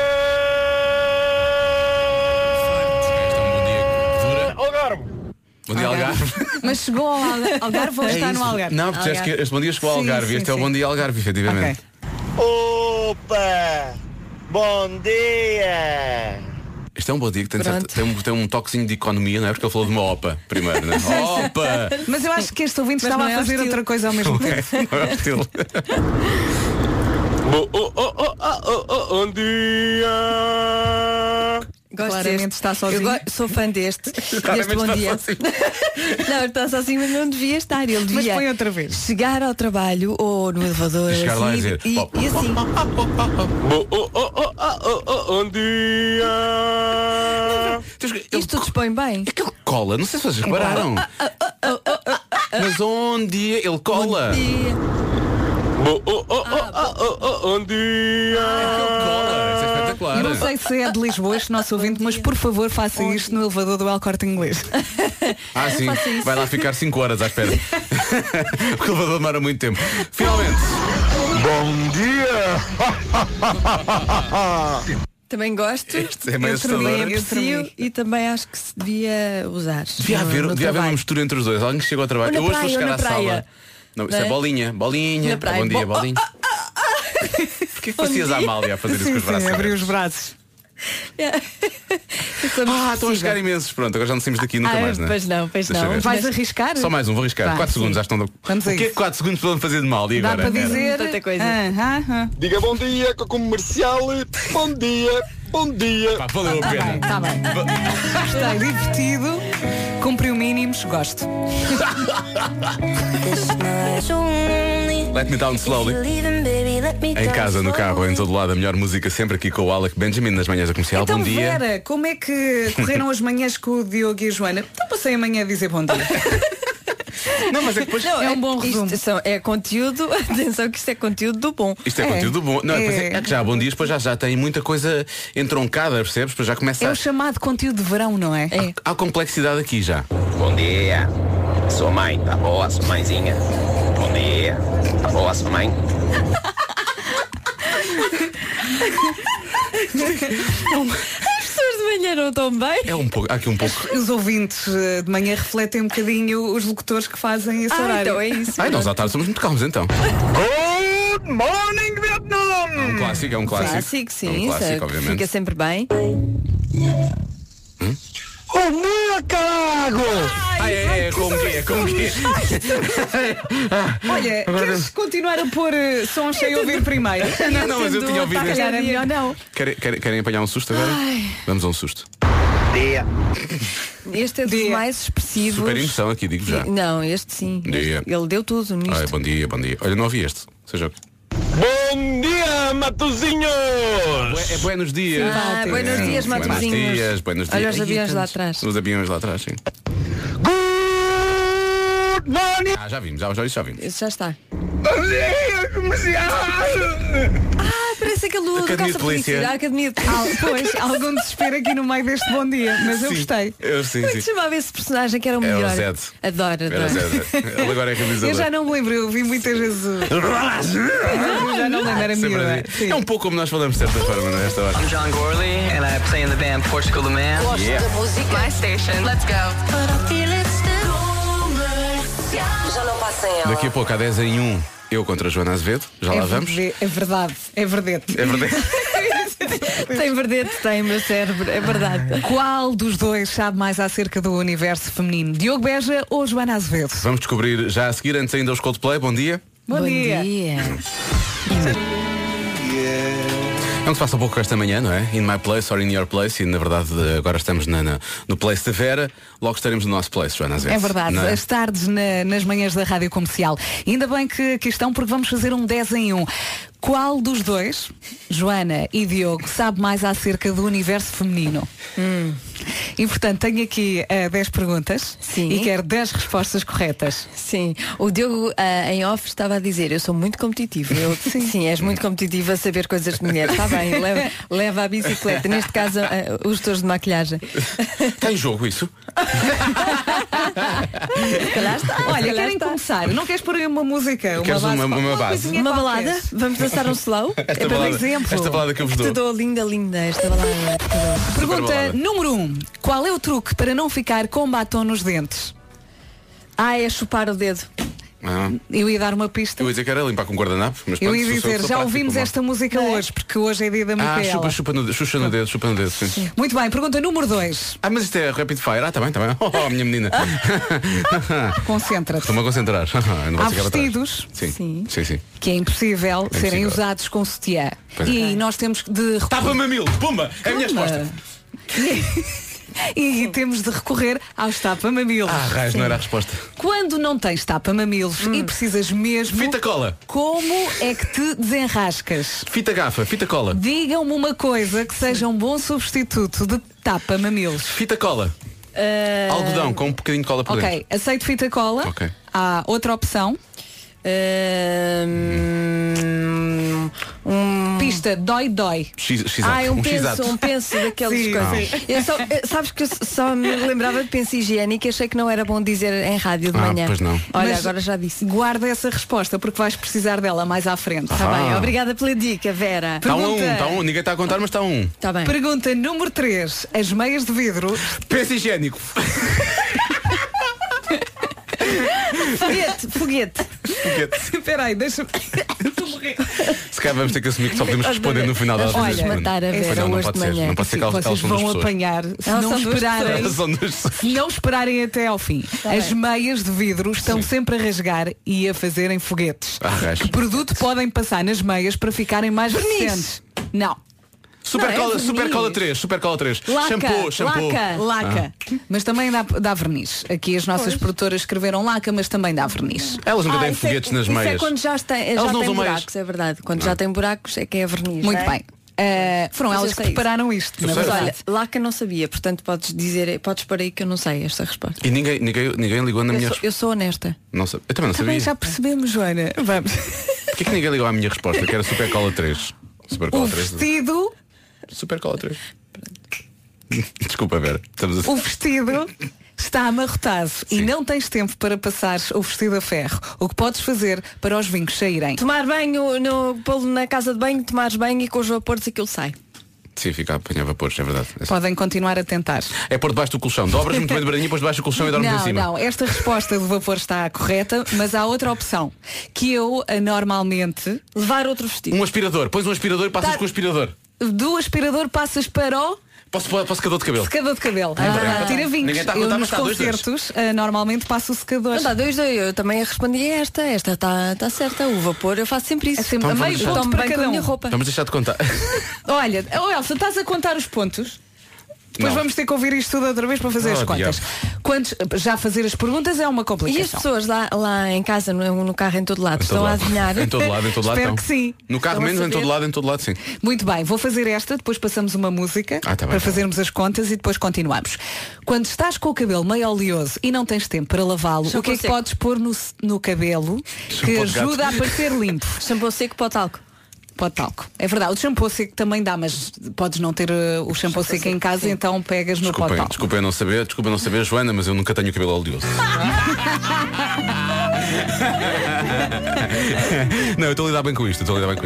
Algarve. Bom dia, Algarve. Mas chegou ao Algarve ou está no Algarve? Não, porque acho que este bom dia chegou ao Algarve. Este é o bom dia Algarve, efetivamente. Opa! Bom dia! Este é um bom dia que tem um toquezinho de economia, não é? Porque ele falou de uma OPA primeiro, não é? Opa! Mas eu acho que este ouvinte estava a fazer outra coisa ao mesmo tempo. Não é o estilo. Bom dia! Claramente está sozinho. Eu sou fã deste bom dia. Não, está sozinho, mas não devia estar. Ele devia Mas foi outra vez. chegar ao trabalho ou no elevador Chegar assim, lá e dizer, e assim. Bom dia! Isto dispõe bem. É que ele cola, não sei se vocês repararam. Mas onde ele cola? Bom dia. Bom dia! Eu não sei se é de Lisboa este nosso ouvinte, mas por favor faça isto no elevador do El Corte Inglês. Ah, sim, vai lá ficar 5 horas à espera. Porque o elevador demora muito tempo. Finalmente. Bom dia! Também gosto. Este é mais também assustador. aprecio e também acho que se devia usar. Devia haver uma mistura entre os dois. Alguém que chega ao trabalho. Ou na Eu hoje vou praia, chegar ou à na praia. sala. Não, isso Não é é? bolinha. Na praia. Bom dia, bolinha. Porquê que fazias a Amália a fazer isso com os braços? Abrir os braços. Estão a chegar imensos. Pronto, agora já não saímos daqui nunca mais, não é? Pois não. Deixa eu ver. Vais arriscar? Só mais um, vou arriscar. 4 segundos, já estão. Vamos a O que é isso. que 4 segundos podem fazer de mal? E Dá agora? para dizer Tanta coisa. Diga bom dia com o comercial. Bom dia! Bom dia! Pá, valeu a pena. Está bem. Gostei, divertido. Cumpriu mínimos, gosto. Let me down slowly. Em casa, no carro, em todo lado, a melhor música sempre aqui com o Alec Benjamin nas manhãs da comercial. Então, Bom dia. Vera, como é que correram as manhãs com o Diogo e a Joana? Então passei a manhã a dizer bom dia. Não, mas é que depois é um bom resumo. Isto é conteúdo, atenção que isto é conteúdo do bom. Isto é conteúdo bom. Não, é que já há bom dias, depois já tem muita coisa entroncada, percebes? Depois já começa É o chamado conteúdo de verão, não é? Há complexidade aqui já. Bom dia. Sua mãe, tá boa, sua mãezinha? Bom dia. Tá boa, sua mãe? As pessoas de manhã não estão bem. É um pouco, há aqui um pouco. Os ouvintes de manhã refletem um bocadinho os locutores que fazem esse horário. Então é isso. Nós à tarde somos muito calmos então. Good morning, Vietnam! É um clássico, é um clássico. Clássico, sim. É um clássico, obviamente. Fica sempre bem. Bom dia, carago! Com o quê? Olha, queres continuar a pôr som sem ouvir primeiro? Não, mas eu tinha ouvido este. É melhor não. Querem apanhar um susto agora? Vamos a um susto. Dia. Este é dos mais expressivos. Super emoção aqui, digo já. Não, este sim. Dia. Ele deu tudo nisto. Ai, bom dia. Olha, não ouvi este. Seja. Bom dia, Matozinhos! É buenos dias. Buenos dias, Matozinhos. Buenos dias. Olha os aviões lá atrás. Os aviões lá atrás, sim. Good morning! Já vimos, já vimos. Isso já está. Bom dia, comercial! Parece aquele do Academia Caça de Polícia. Polícia. Academia de Polícia. Pois, algum desespero aqui no meio deste bom dia, mas eu gostei. Sim, Como é que se chamava esse personagem que era o melhor? Era o Zed. Adoro. Era o Zed. Ele agora é realizador. Eu já não me lembro, eu vi muitas vezes. Já não lembro, era miúda. É um pouco como nós falamos de certa forma nesta hora. I'm John Gorley and I play in the band Portugal the Man. Gosto da música. My station. Let's go. Já não passa em ela. Daqui a pouco, há 10 em 1, eu contra a Joana Azevedo. Já lá vamos. É verdade, é verdade. É verdade. Tem verdade, tem meu cérebro, é verdade. Qual dos dois sabe mais acerca do universo feminino? Diogo Beja ou Joana Azevedo? Vamos descobrir já a seguir, antes ainda os Coldplay. Bom dia. Bom dia. É um que se passa um pouco esta manhã, não é? In my place or in your place. E na verdade agora estamos no place da Vera. Logo estaremos no nosso place, Joana Azevedo. É verdade, não é? as tardes nas manhãs da Rádio Comercial. E ainda bem que aqui estão, porque vamos fazer um 10 em 1. Qual dos dois, Joana e Diogo, sabe mais acerca do universo feminino? E portanto tenho aqui 10 perguntas. Sim. E quero 10 respostas corretas. Sim, o Diogo em off estava a dizer, eu sou muito competitivo. Sim, és muito competitivo a saber coisas de mulher. Está bem, leva a bicicleta. Neste caso, os tons de maquilhagem. Está em jogo isso? Olha, querem começar? Não queres pôr aí uma música? Queres uma base? Uma balada? Vamos dançar um slow? Esta balada que eu vos dou. Te dou linda esta balada. Pergunta número 1. Qual é o truque para não ficar com batom nos dentes? É chupar o dedo. Eu ia dar uma pista. Eu ia dizer que era limpar com guardanapo, mas Eu pronto, ia dizer, já ouvimos esta música hoje, porque hoje é dia da Micaela. Chupa no dedo, sim. Muito bem, pergunta número 2. Mas isto é rapid fire. Tá bem. Oh, minha menina. Concentra-te. Estou-me a concentrar. Há vestidos sim. que é impossível serem usados com sutiã. E nós temos de... Tapa-mamilos, pumba! É a minha resposta. E temos de recorrer aos tapa-mamilos. Raios, não era a resposta. Quando não tens tapa-mamilos e precisas mesmo... Fita cola. Como é que te desenrascas? Fita gafa, fita cola. Digam-me uma coisa que seja um bom substituto de tapa-mamilos. Fita cola. Algodão com um bocadinho de cola por dentro. Ok, aceito fita cola. Ok. Há outra opção. Pista, dói. Um penso daqueles coisas. Sabes que eu só me lembrava de penso higiênico e achei que não era bom dizer em rádio de manhã. Pois não. Olha, Mas agora já disse. Guarda essa resposta porque vais precisar dela mais à frente. Está bem, obrigada pela dica, Vera. Está um. Ninguém está a contar, mas está um. Tá bem. Pergunta número 3. As meias de vidro. Penso higiênico. Foguete. Espera aí, deixa-me. Se calhar vamos ter que assumir que só podemos responder no final da Olha, matar a Vera não hoje pode de ser. manhã. Não pode ser que elas Vocês são duas vão pessoas. apanhar se não esperarem até ao fim. As meias de vidro estão sempre a rasgar e a fazerem foguetes. Que produto podem passar nas meias para ficarem mais resistentes? Não. Super cola 3. Shampoo. Laca. Mas também dá verniz. Aqui as nossas produtoras escreveram laca, mas também dá verniz. Elas nunca têm foguetes nas meias. Isso é quando já tem buracos, é verdade. Quando já tem buracos é que é verniz. Muito bem. Foram elas que prepararam isto. Mas olha, laca não sabia, portanto podes pôr aí que eu não sei esta resposta. E ninguém ligou na minha resposta. Eu sou honesta. Eu também não sabia. Já percebemos, Joana. Vamos. Porquê que ninguém ligou à minha resposta? Que era Super Cola 3. Vestido. Super Cola 3. Desculpa, Vera. O vestido está amarrotado e não tens tempo para passar o vestido a ferro. O que podes fazer para os vinhos saírem? Tomar banho, pô-lo na casa de banho, tomares banho e com os vapores aquilo sai. Sim, fica a apanhar vapores, é verdade. Podem continuar a tentar. É pôr debaixo do colchão. Dobras muito bem de bradinho, pões debaixo do colchão e dormes em cima. Não, esta resposta do vapor está correta, mas há outra opção. Que eu, normalmente... Levar outro vestido. Um aspirador. Pões um aspirador e passas com o aspirador. Do aspirador passas para o... Posso secador de cabelo. Secador de cabelo. Tira vinhos. Ninguém está a contar, eu mas nos concertos normalmente passo o secador. Não dá 2. Eu também respondi a esta. Esta está certa. O vapor eu faço sempre isso. É sempre meio ponto para cada um. Vamos deixar de contar. Olha, Elsa, estás a contar os pontos? Depois vamos ter que ouvir isto tudo outra vez para fazer as contas. Já fazer as perguntas é uma complicação. E as pessoas lá em casa, no carro, em todo lado, estão a adivinhar? Em todo lado. Espero que sim. No carro menos, em todo lado, sim. Muito bem, vou fazer esta, depois passamos uma música para fazermos as contas e depois continuamos. Quando estás com o cabelo meio oleoso e não tens tempo para lavá-lo, o que é que podes pôr no cabelo que ajuda a parecer limpo? Shampoo seco, pó talco. Pó talco. É verdade, o shampoo seco também dá, mas podes não ter o shampoo seco em casa, sim. Então pegas no pó talco. Desculpa não saber, Joana, mas eu nunca tenho o cabelo oleoso. Não, eu estou a lidar bem com isto.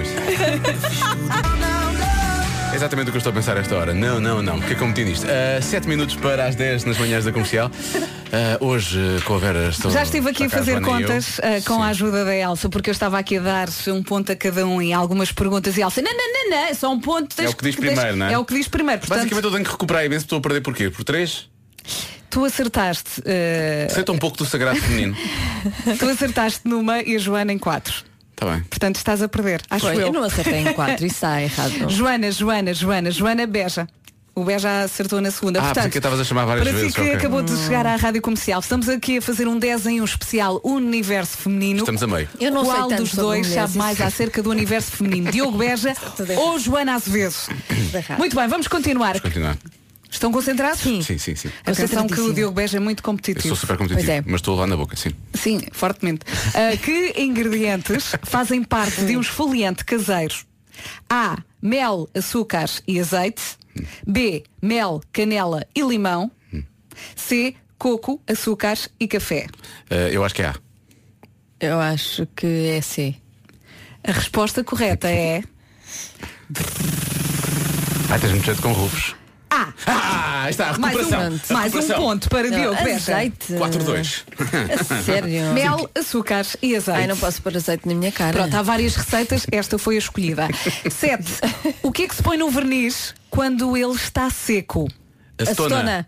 É exatamente o que eu estou a pensar a esta hora. Não. Porque é que eu meti nisto? 7 minutos para as 10 nas manhãs da Comercial. Hoje com a Vera já estive aqui a fazer contas com a ajuda da Elsa, porque eu estava aqui a dar um ponto a cada um em algumas perguntas e a Elsa, não, é só um ponto. É o que diz primeiro, não é? É o que diz primeiro. Portanto, basicamente eu tenho que recuperar imenso. Estou a perder porquê? Por 3? Tu acertaste. Senta um pouco do sagrado feminino. Tu acertaste numa e a Joana em 4. Tá bem. Portanto estás a perder. Acho eu. Eu não acertei em 4, isso está errado. Joana Beja. O Beja acertou na segunda. Portanto, porque estavas a chamar várias vezes. Para si que acabou de chegar à Rádio Comercial, estamos aqui a fazer um 10 em 1 especial Universo Feminino. Estamos a meio. Eu não Qual sei dos dois sabe mais acerca do Universo Feminino? Diogo Beja ou Joana Azevedo? Muito bem, vamos continuar. Estão concentrados? Sim. Atenção que o Diogo Beja é muito competitivo. Eu sou super competitivo, mas estou lá na boca, sim. Sim, fortemente. Que ingredientes fazem parte de um esfoliante caseiro? A. Mel, açúcar e azeite. B. Mel, canela e limão. C. Coco, açúcar e café. Eu acho que é A. Eu acho que é C. A resposta correta é... Tens muito jeito com rufos. Está, recuperação. Mais um ponto para Diogo Beja. Azeite. 4-2. Sério? Mel, açúcar e azeite. Ai, não posso pôr azeite na minha cara. Pronto, há várias receitas, esta foi a escolhida. 7. O que é que se põe no verniz quando ele está seco? Acetona.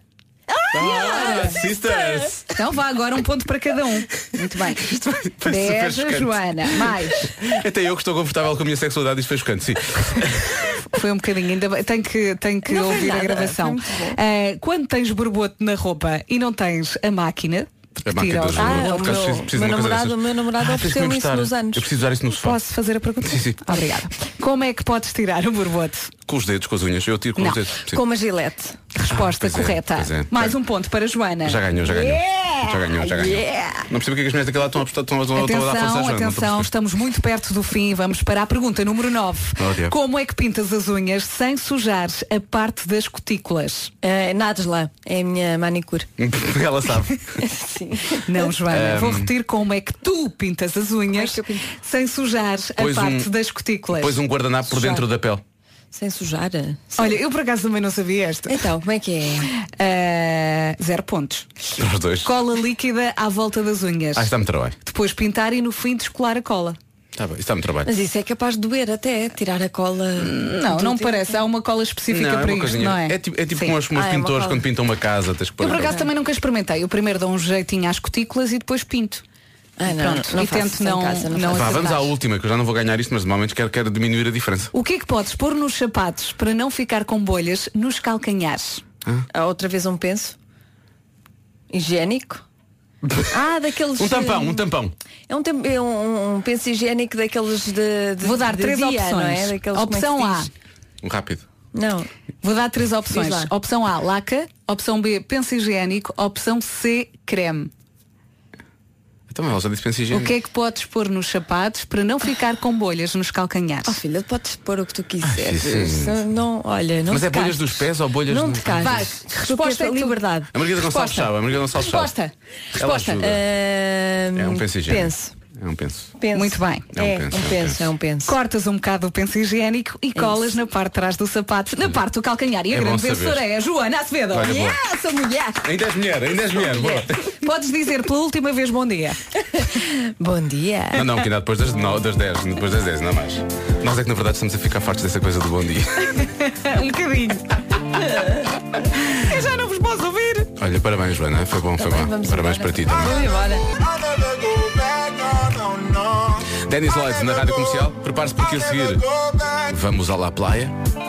Sisters! Então vá, agora um ponto para cada um. Muito bem. 10, Joana. Mais. Até eu que estou confortável com a minha sexualidade, isto foi chocante, sim. Foi um bocadinho, ainda bem. Tenho que ouvir a gravação. Quando tens borboto na roupa e não tens a máquina, A máquina de o meu namorado ofereceu isso nos anos. Eu preciso usar isso no sofá. Posso fazer a pergunta? Sim. Obrigada. Como é que podes tirar o borboto? Com os dedos, com as unhas. Eu tiro com os dedos. Sim. Com uma gilete. Resposta Pois correta. é. Mais um ponto para Joana. Já ganhou. Yeah! Não percebo que as mulheres daquela estão a dar força à Joana. Atenção, estamos muito perto do fim. Vamos para a pergunta número 9. Diabo. Como é que pintas as unhas sem sujar a parte das cutículas? Nadesla, é a minha manicure. Ela sabe. Sim. Não, Joana, vou repetir como é que tu pintas as unhas sem sujar a parte das cutículas. Pões um guardanapo por dentro da pele. Sem sujar? Sim. Olha, eu por acaso também não sabia esta. Então, como é que é? 0 pontos. Para os dois. Cola líquida à volta das unhas. Está-me trabalho. Depois pintar e no fim descolar a cola. Está bem, está-me trabalho. Mas isso é capaz de doer até, tirar a cola. Não parece. Há uma cola específica para isto, não é? É tipo como os pintores quando pintam uma casa. Tens que pôr eu por acaso também nunca experimentei. Eu primeiro dou um jeitinho às cutículas e depois pinto. Pronto, e tento não vamos à última, que eu já não vou ganhar isto, mas normalmente quero diminuir a diferença. O que é que podes pôr nos sapatos para não ficar com bolhas nos calcanhares? Outra vez um penso higiênico. Daqueles. Um tampão. É um penso higiênico daqueles de vou dar de 3 dia, opções. Não é? Daqueles, opção A. Um rápido. Não. Vou dar 3 opções. Opção A, laca. Opção B, penso higiênico. Opção C, creme. Então ela já disse penso higiênico. O que é que podes pôr nos sapatos para não ficar com bolhas nos calcanhares? Filha, podes pôr o que tu quiseres. Não, olha, não. Mas é bolhas dos pés ou bolhas não dos... te cases. Vai, resposta é liberdade. A Margarida Gonçalves Chau. Resposta. É um penso higiênico. Penso. É um penso. Muito bem. É um penso. Cortas um bocado o penso higiênico e colas na parte de trás do sapato, na parte do calcanhar. E a grande vencedora é a Joana Acevedo. Essa mulher. Ainda és mulher. Boa. Podes dizer pela última vez bom dia. Bom dia. Não, que ainda depois das 10, depois das 10, não mais. Nós é que na verdade estamos a ficar fartos dessa coisa do bom dia. Um bocadinho. Eu já não vos posso ouvir. Olha, parabéns, Joana. Foi bom. Parabéns para ti também. Vamos embora. Dennis Lloyd na Rádio Comercial. Prepare-se porque a seguir vamos à La Playa.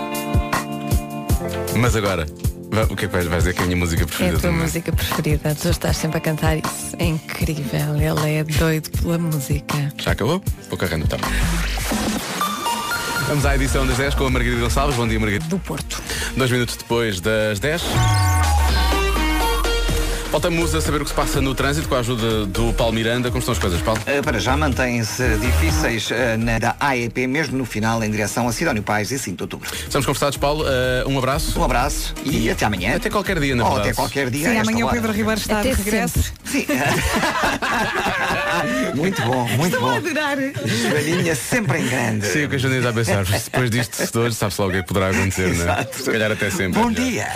Mas agora, o que é que vais dizer que é a minha música preferida? É a tua também? música preferida. Tu estás sempre a cantar isso. É incrível. Ele é doido pela música. Já acabou? Vou carregando então. Vamos à edição das 10 com a Margarida Gonçalves. Bom dia, Margarida. Do Porto. 2 minutos depois das 10. Voltamos a saber o que se passa no trânsito com a ajuda do Paulo Miranda. Como estão as coisas, Paulo? Para já mantêm-se difíceis da AEP, mesmo no final, em direção a Sidónio Pais e 5 de outubro. Estamos conversados, Paulo. Um abraço. Um abraço e até amanhã. Até qualquer dia, na verdade. Até qualquer dia. Sim, amanhã o Pedro Ribeiro está de regresso. Sim. Muito bom. Estou a adorar. Joaninha sempre em grande. Sim, o que a Joaninha está a pensar. Depois disto de hoje, sabe-se lá o que é que poderá acontecer, não é? Se calhar até sempre. Bom dia.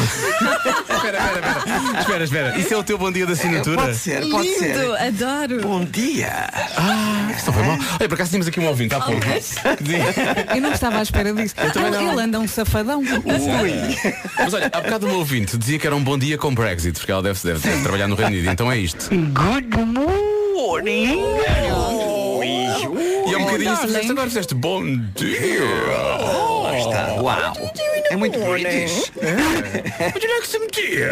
Espera. Isso é o teu bom dia da assinatura? Pode ser. Lindo, adoro. Bom dia. Isso não foi mal. Olha, por acaso tínhamos aqui um ouvinte há pouco. Eu não estava à espera disso. Ele anda um safadão. Mas olha, há bocado um ouvinte dizia que era um bom dia com Brexit, porque ela deve trabalhar no Reino Unido. Então é isto. Good morning. E é um bocadinho isso. Agora fizeste bom dia. Está. Uau. É muito British. Would you like some tea?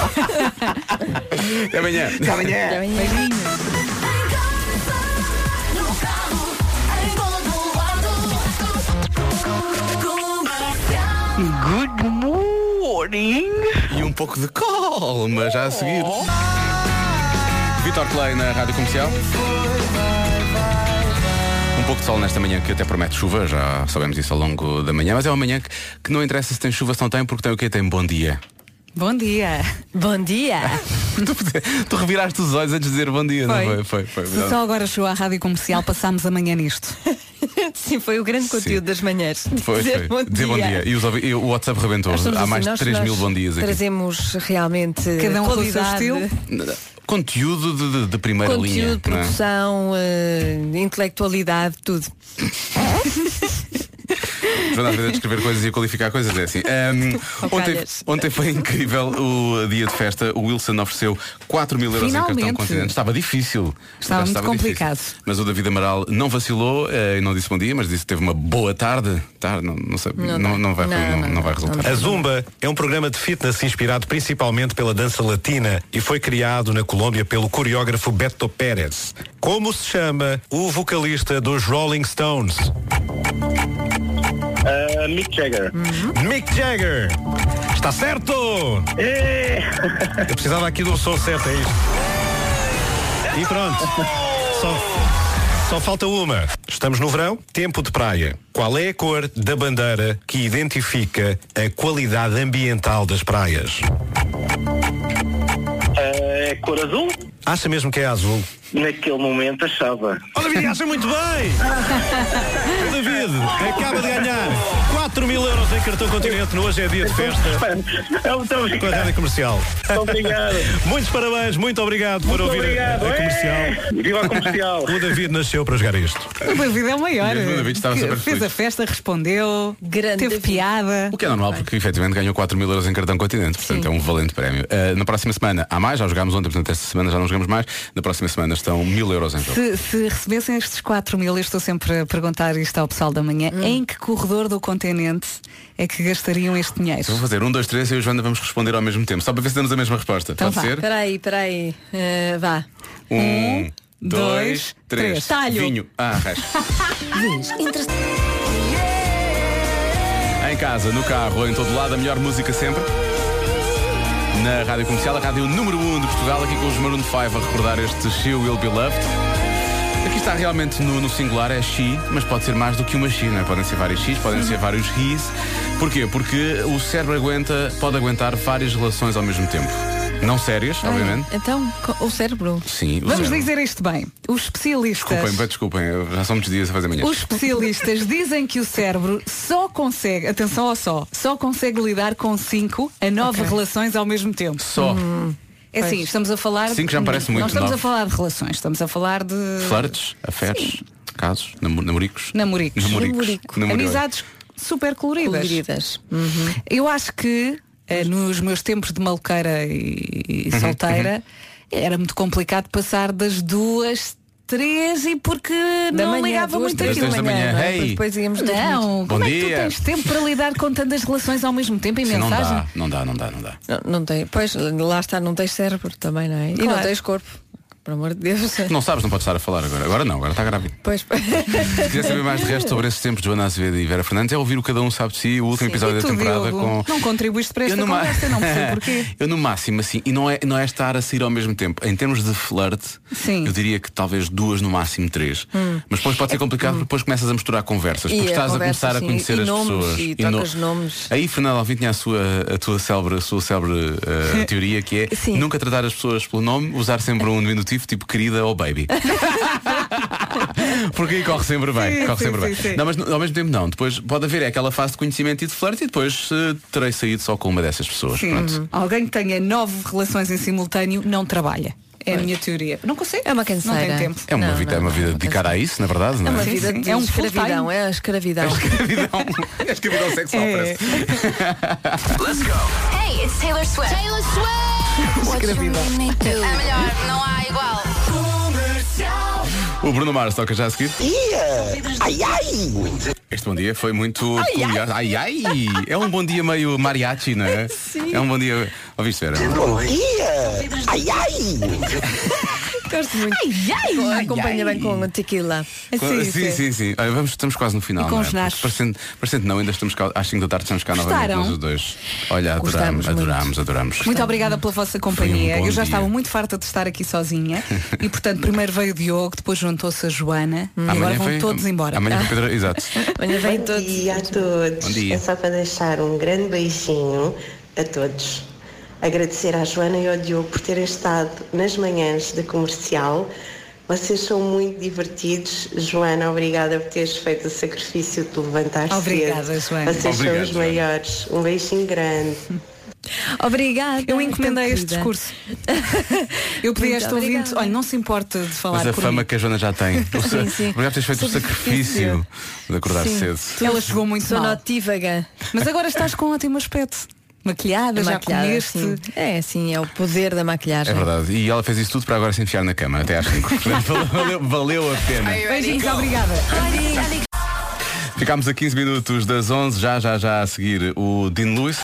Até amanhã. Até amanhã. Good morning. E um pouco de calma já a seguir. Vitor Clay na Rádio Comercial. Um pouco de sol nesta manhã que até promete chuva, já sabemos isso ao longo da manhã, mas é uma manhã que não interessa se tem chuva, se não tem, porque tem o quê? Tem bom dia. Bom dia. Bom dia. Tu reviraste os olhos antes de dizer bom dia, foi. Não foi? Só agora chegou à Rádio Comercial, passámos amanhã nisto. Sim, foi o grande conteúdo das manhãs. Foi. Dizer bom dia. E o WhatsApp rebentou. Há mais de 3 mil bom dias aqui. Trazemos realmente cada um qualidade. com o seu estilo. Conteúdo de primeira linha. Conteúdo, produção, intelectualidade, tudo. Joana, às vezes, a escrever coisas e a qualificar coisas é assim. Ontem foi incrível o dia de festa. O Wilson ofereceu 4 mil euros em cartão Continente. Estava difícil. Estava muito complicado. Difícil. Mas o David Amaral não vacilou e não disse bom dia, mas disse que teve uma boa tarde. Não sei, não vai resultar. A Zumba é um programa de fitness inspirado principalmente pela dança latina e foi criado na Colômbia pelo coreógrafo Beto Pérez. Como se chama o vocalista dos Rolling Stones? Mick Jagger. Mick Jagger. Está certo? Eu precisava aqui do som certo, é isto. E pronto. Só falta uma. Estamos no verão, tempo de praia. Qual é a cor da bandeira que identifica a qualidade ambiental das praias? É cor azul? Acha mesmo que é azul? Naquele momento achava. Oh, David, acha muito bem! O David acaba de ganhar 4 mil euros em cartão Continente. Hoje é dia de festa. Com a Rádio Comercial. Obrigado. Muitos parabéns, muito obrigado por ouvir a Comercial. Viva a Comercial. O David nasceu para jogar isto. O David é o maior. O David estava super fez feliz. a festa, respondeu, teve piada. O que é normal, porque efetivamente ganhou 4 mil euros em cartão Continente. Portanto, é um valente prémio. Na próxima semana há mais, já jogámos ontem, portanto esta semana já não jogamos mais. Na próxima semana estão 1.000 euros em jogo. Se recebessem estes 4 mil, eu estou sempre a perguntar isto ao pessoal da manhã, em que corredor do continente é que gastariam este dinheiro? Vou fazer 1, 2, 3 e eu e Joana vamos responder ao mesmo tempo, só para ver se damos a mesma resposta. Então pode ser? Espera aí. Vá. 1, 2, 3. Talho. Vinho. Em casa, no carro ou em todo lado, a melhor música sempre. Na Rádio Comercial, a rádio número 1 de Portugal, aqui com os Maroon 5 a recordar este She Will Be Loved. Aqui está realmente no singular, é she, mas pode ser mais do que uma she, não é? Podem ser vários she's, podem ser vários he's. Porquê? Porque o cérebro pode aguentar várias relações ao mesmo tempo. Não sérias, obviamente. Então, o cérebro. Sim, o Vamos cérebro. dizer isto bem. Os especialistas. Desculpem, já são muitos dias a fazer manhã. Os especialistas dizem que o cérebro só consegue, atenção ao só consegue lidar com 5 a 9 relações ao mesmo tempo. Só. É assim, estamos a falar. 5 já me parece muito. Não estamos 9. a falar de relações, estamos a falar de. Flirts, afetos, casos, namoricos. Namoricos. Namorico. Amizades super coloridas. Eu acho que nos meus tempos de maluqueira e solteira era muito complicado passar das 2, 3 e porque Da não manhã, ligava 2, muito 3 aquilo. da manhã. não é? Hey. Depois íamos Não, Bom como dia. é que tu tens tempo para lidar com tantas relações ao mesmo tempo em Sim, mensagem? Não dá. Não tem. Pois, lá está, não tens cérebro também, não é? E Claro. não tens corpo. Por amor de Deus. Não sabes, não podes estar a falar agora. Agora não, agora está grávida. Pois. Se quiser saber mais de resto sobre esses tempos de Joana Azevedo e Vera Fernandes, é ouvir o Cada Um Sabe de Si, o último episódio E tu, da temporada Diogo, com. não contribuíste para esta Eu no conversa, não percebo porquê. Eu no máximo, assim, e não é estar a sair ao mesmo tempo. Em termos de flerte, eu diria que talvez 2, no máximo 3. Mas depois pode ser complicado porque depois começas a misturar conversas, porque estás a começar a conhecer as pessoas. E trocas nomes. Aí, Fernando Alvim tinha a sua célebre teoria, que é nunca tratar as pessoas pelo nome, usar sempre um diminutivo tipo querida ou baby. Porque aí corre sempre bem. Sim. Não, mas ao mesmo tempo não. Depois pode haver aquela fase de conhecimento e de flerte e depois terei saído só com uma dessas pessoas. Sim. Pronto. Alguém que tenha 9 relações em simultâneo não trabalha. É a minha teoria. Não consegue. É uma canseira. Não tem tempo. É uma vida dedicada a isso, na verdade, não é? É uma vida de escravidão. É a escravidão. É a escravidão sexual, parece. Let's go. Hey, it's Taylor Swift. Taylor Swift! Escravidão. É melhor, não há igual. O Bruno Mars toca já a seguir. Ai, ai! Este bom dia foi muito peculiar. Ai, ai! É um bom dia meio mariachi, não é? Sim. É um bom dia. Ouviste, Vera? Bom dia! Ai, ai! Gosto muito. Acompanha bem com a tequila. Sim. Olha, estamos quase no final. E com não é? os nachos. Parecendo não, ainda estamos cá, às 5 da tarde estamos cá Gostaram? novamente os dois. Olha, Gostamos adoramos. Muito obrigada pela vossa companhia. Foi um bom Eu já dia. estava muito farta de estar aqui sozinha. E portanto, primeiro veio o Diogo, depois juntou-se a Joana e agora vão todos embora. Amanhã vem Pedro, exato. Bom dia a todos. Bom dia. É só para deixar um grande beijinho a todos. Agradecer à Joana e ao Diogo por terem estado nas manhãs da Comercial Vocês são muito divertidos. Joana, obrigada por teres feito o sacrifício de levantar cedo. Obrigada, Joana. Vocês são os maiores. Um beijinho grande. Obrigada. Eu encomendei este discurso. Eu pedi a este ouvinte, olha, não se importa de falar Mas a por fama mim. que a Joana já tem. Sim. Obrigado por teres feito o sacrifício de acordar cedo. Ela chegou muito Sou mal. notívaga. Mas agora estás com um ótimo aspecto. Maquilhada, já comeste. Sim. É, sim, é o poder da maquilhagem. É verdade. E ela fez isso tudo para agora se enfiar na cama, até às 5. Valeu a pena. Beijinhos, obrigada. Ficámos a 15 minutos das 11, já a seguir o Dean Lewis.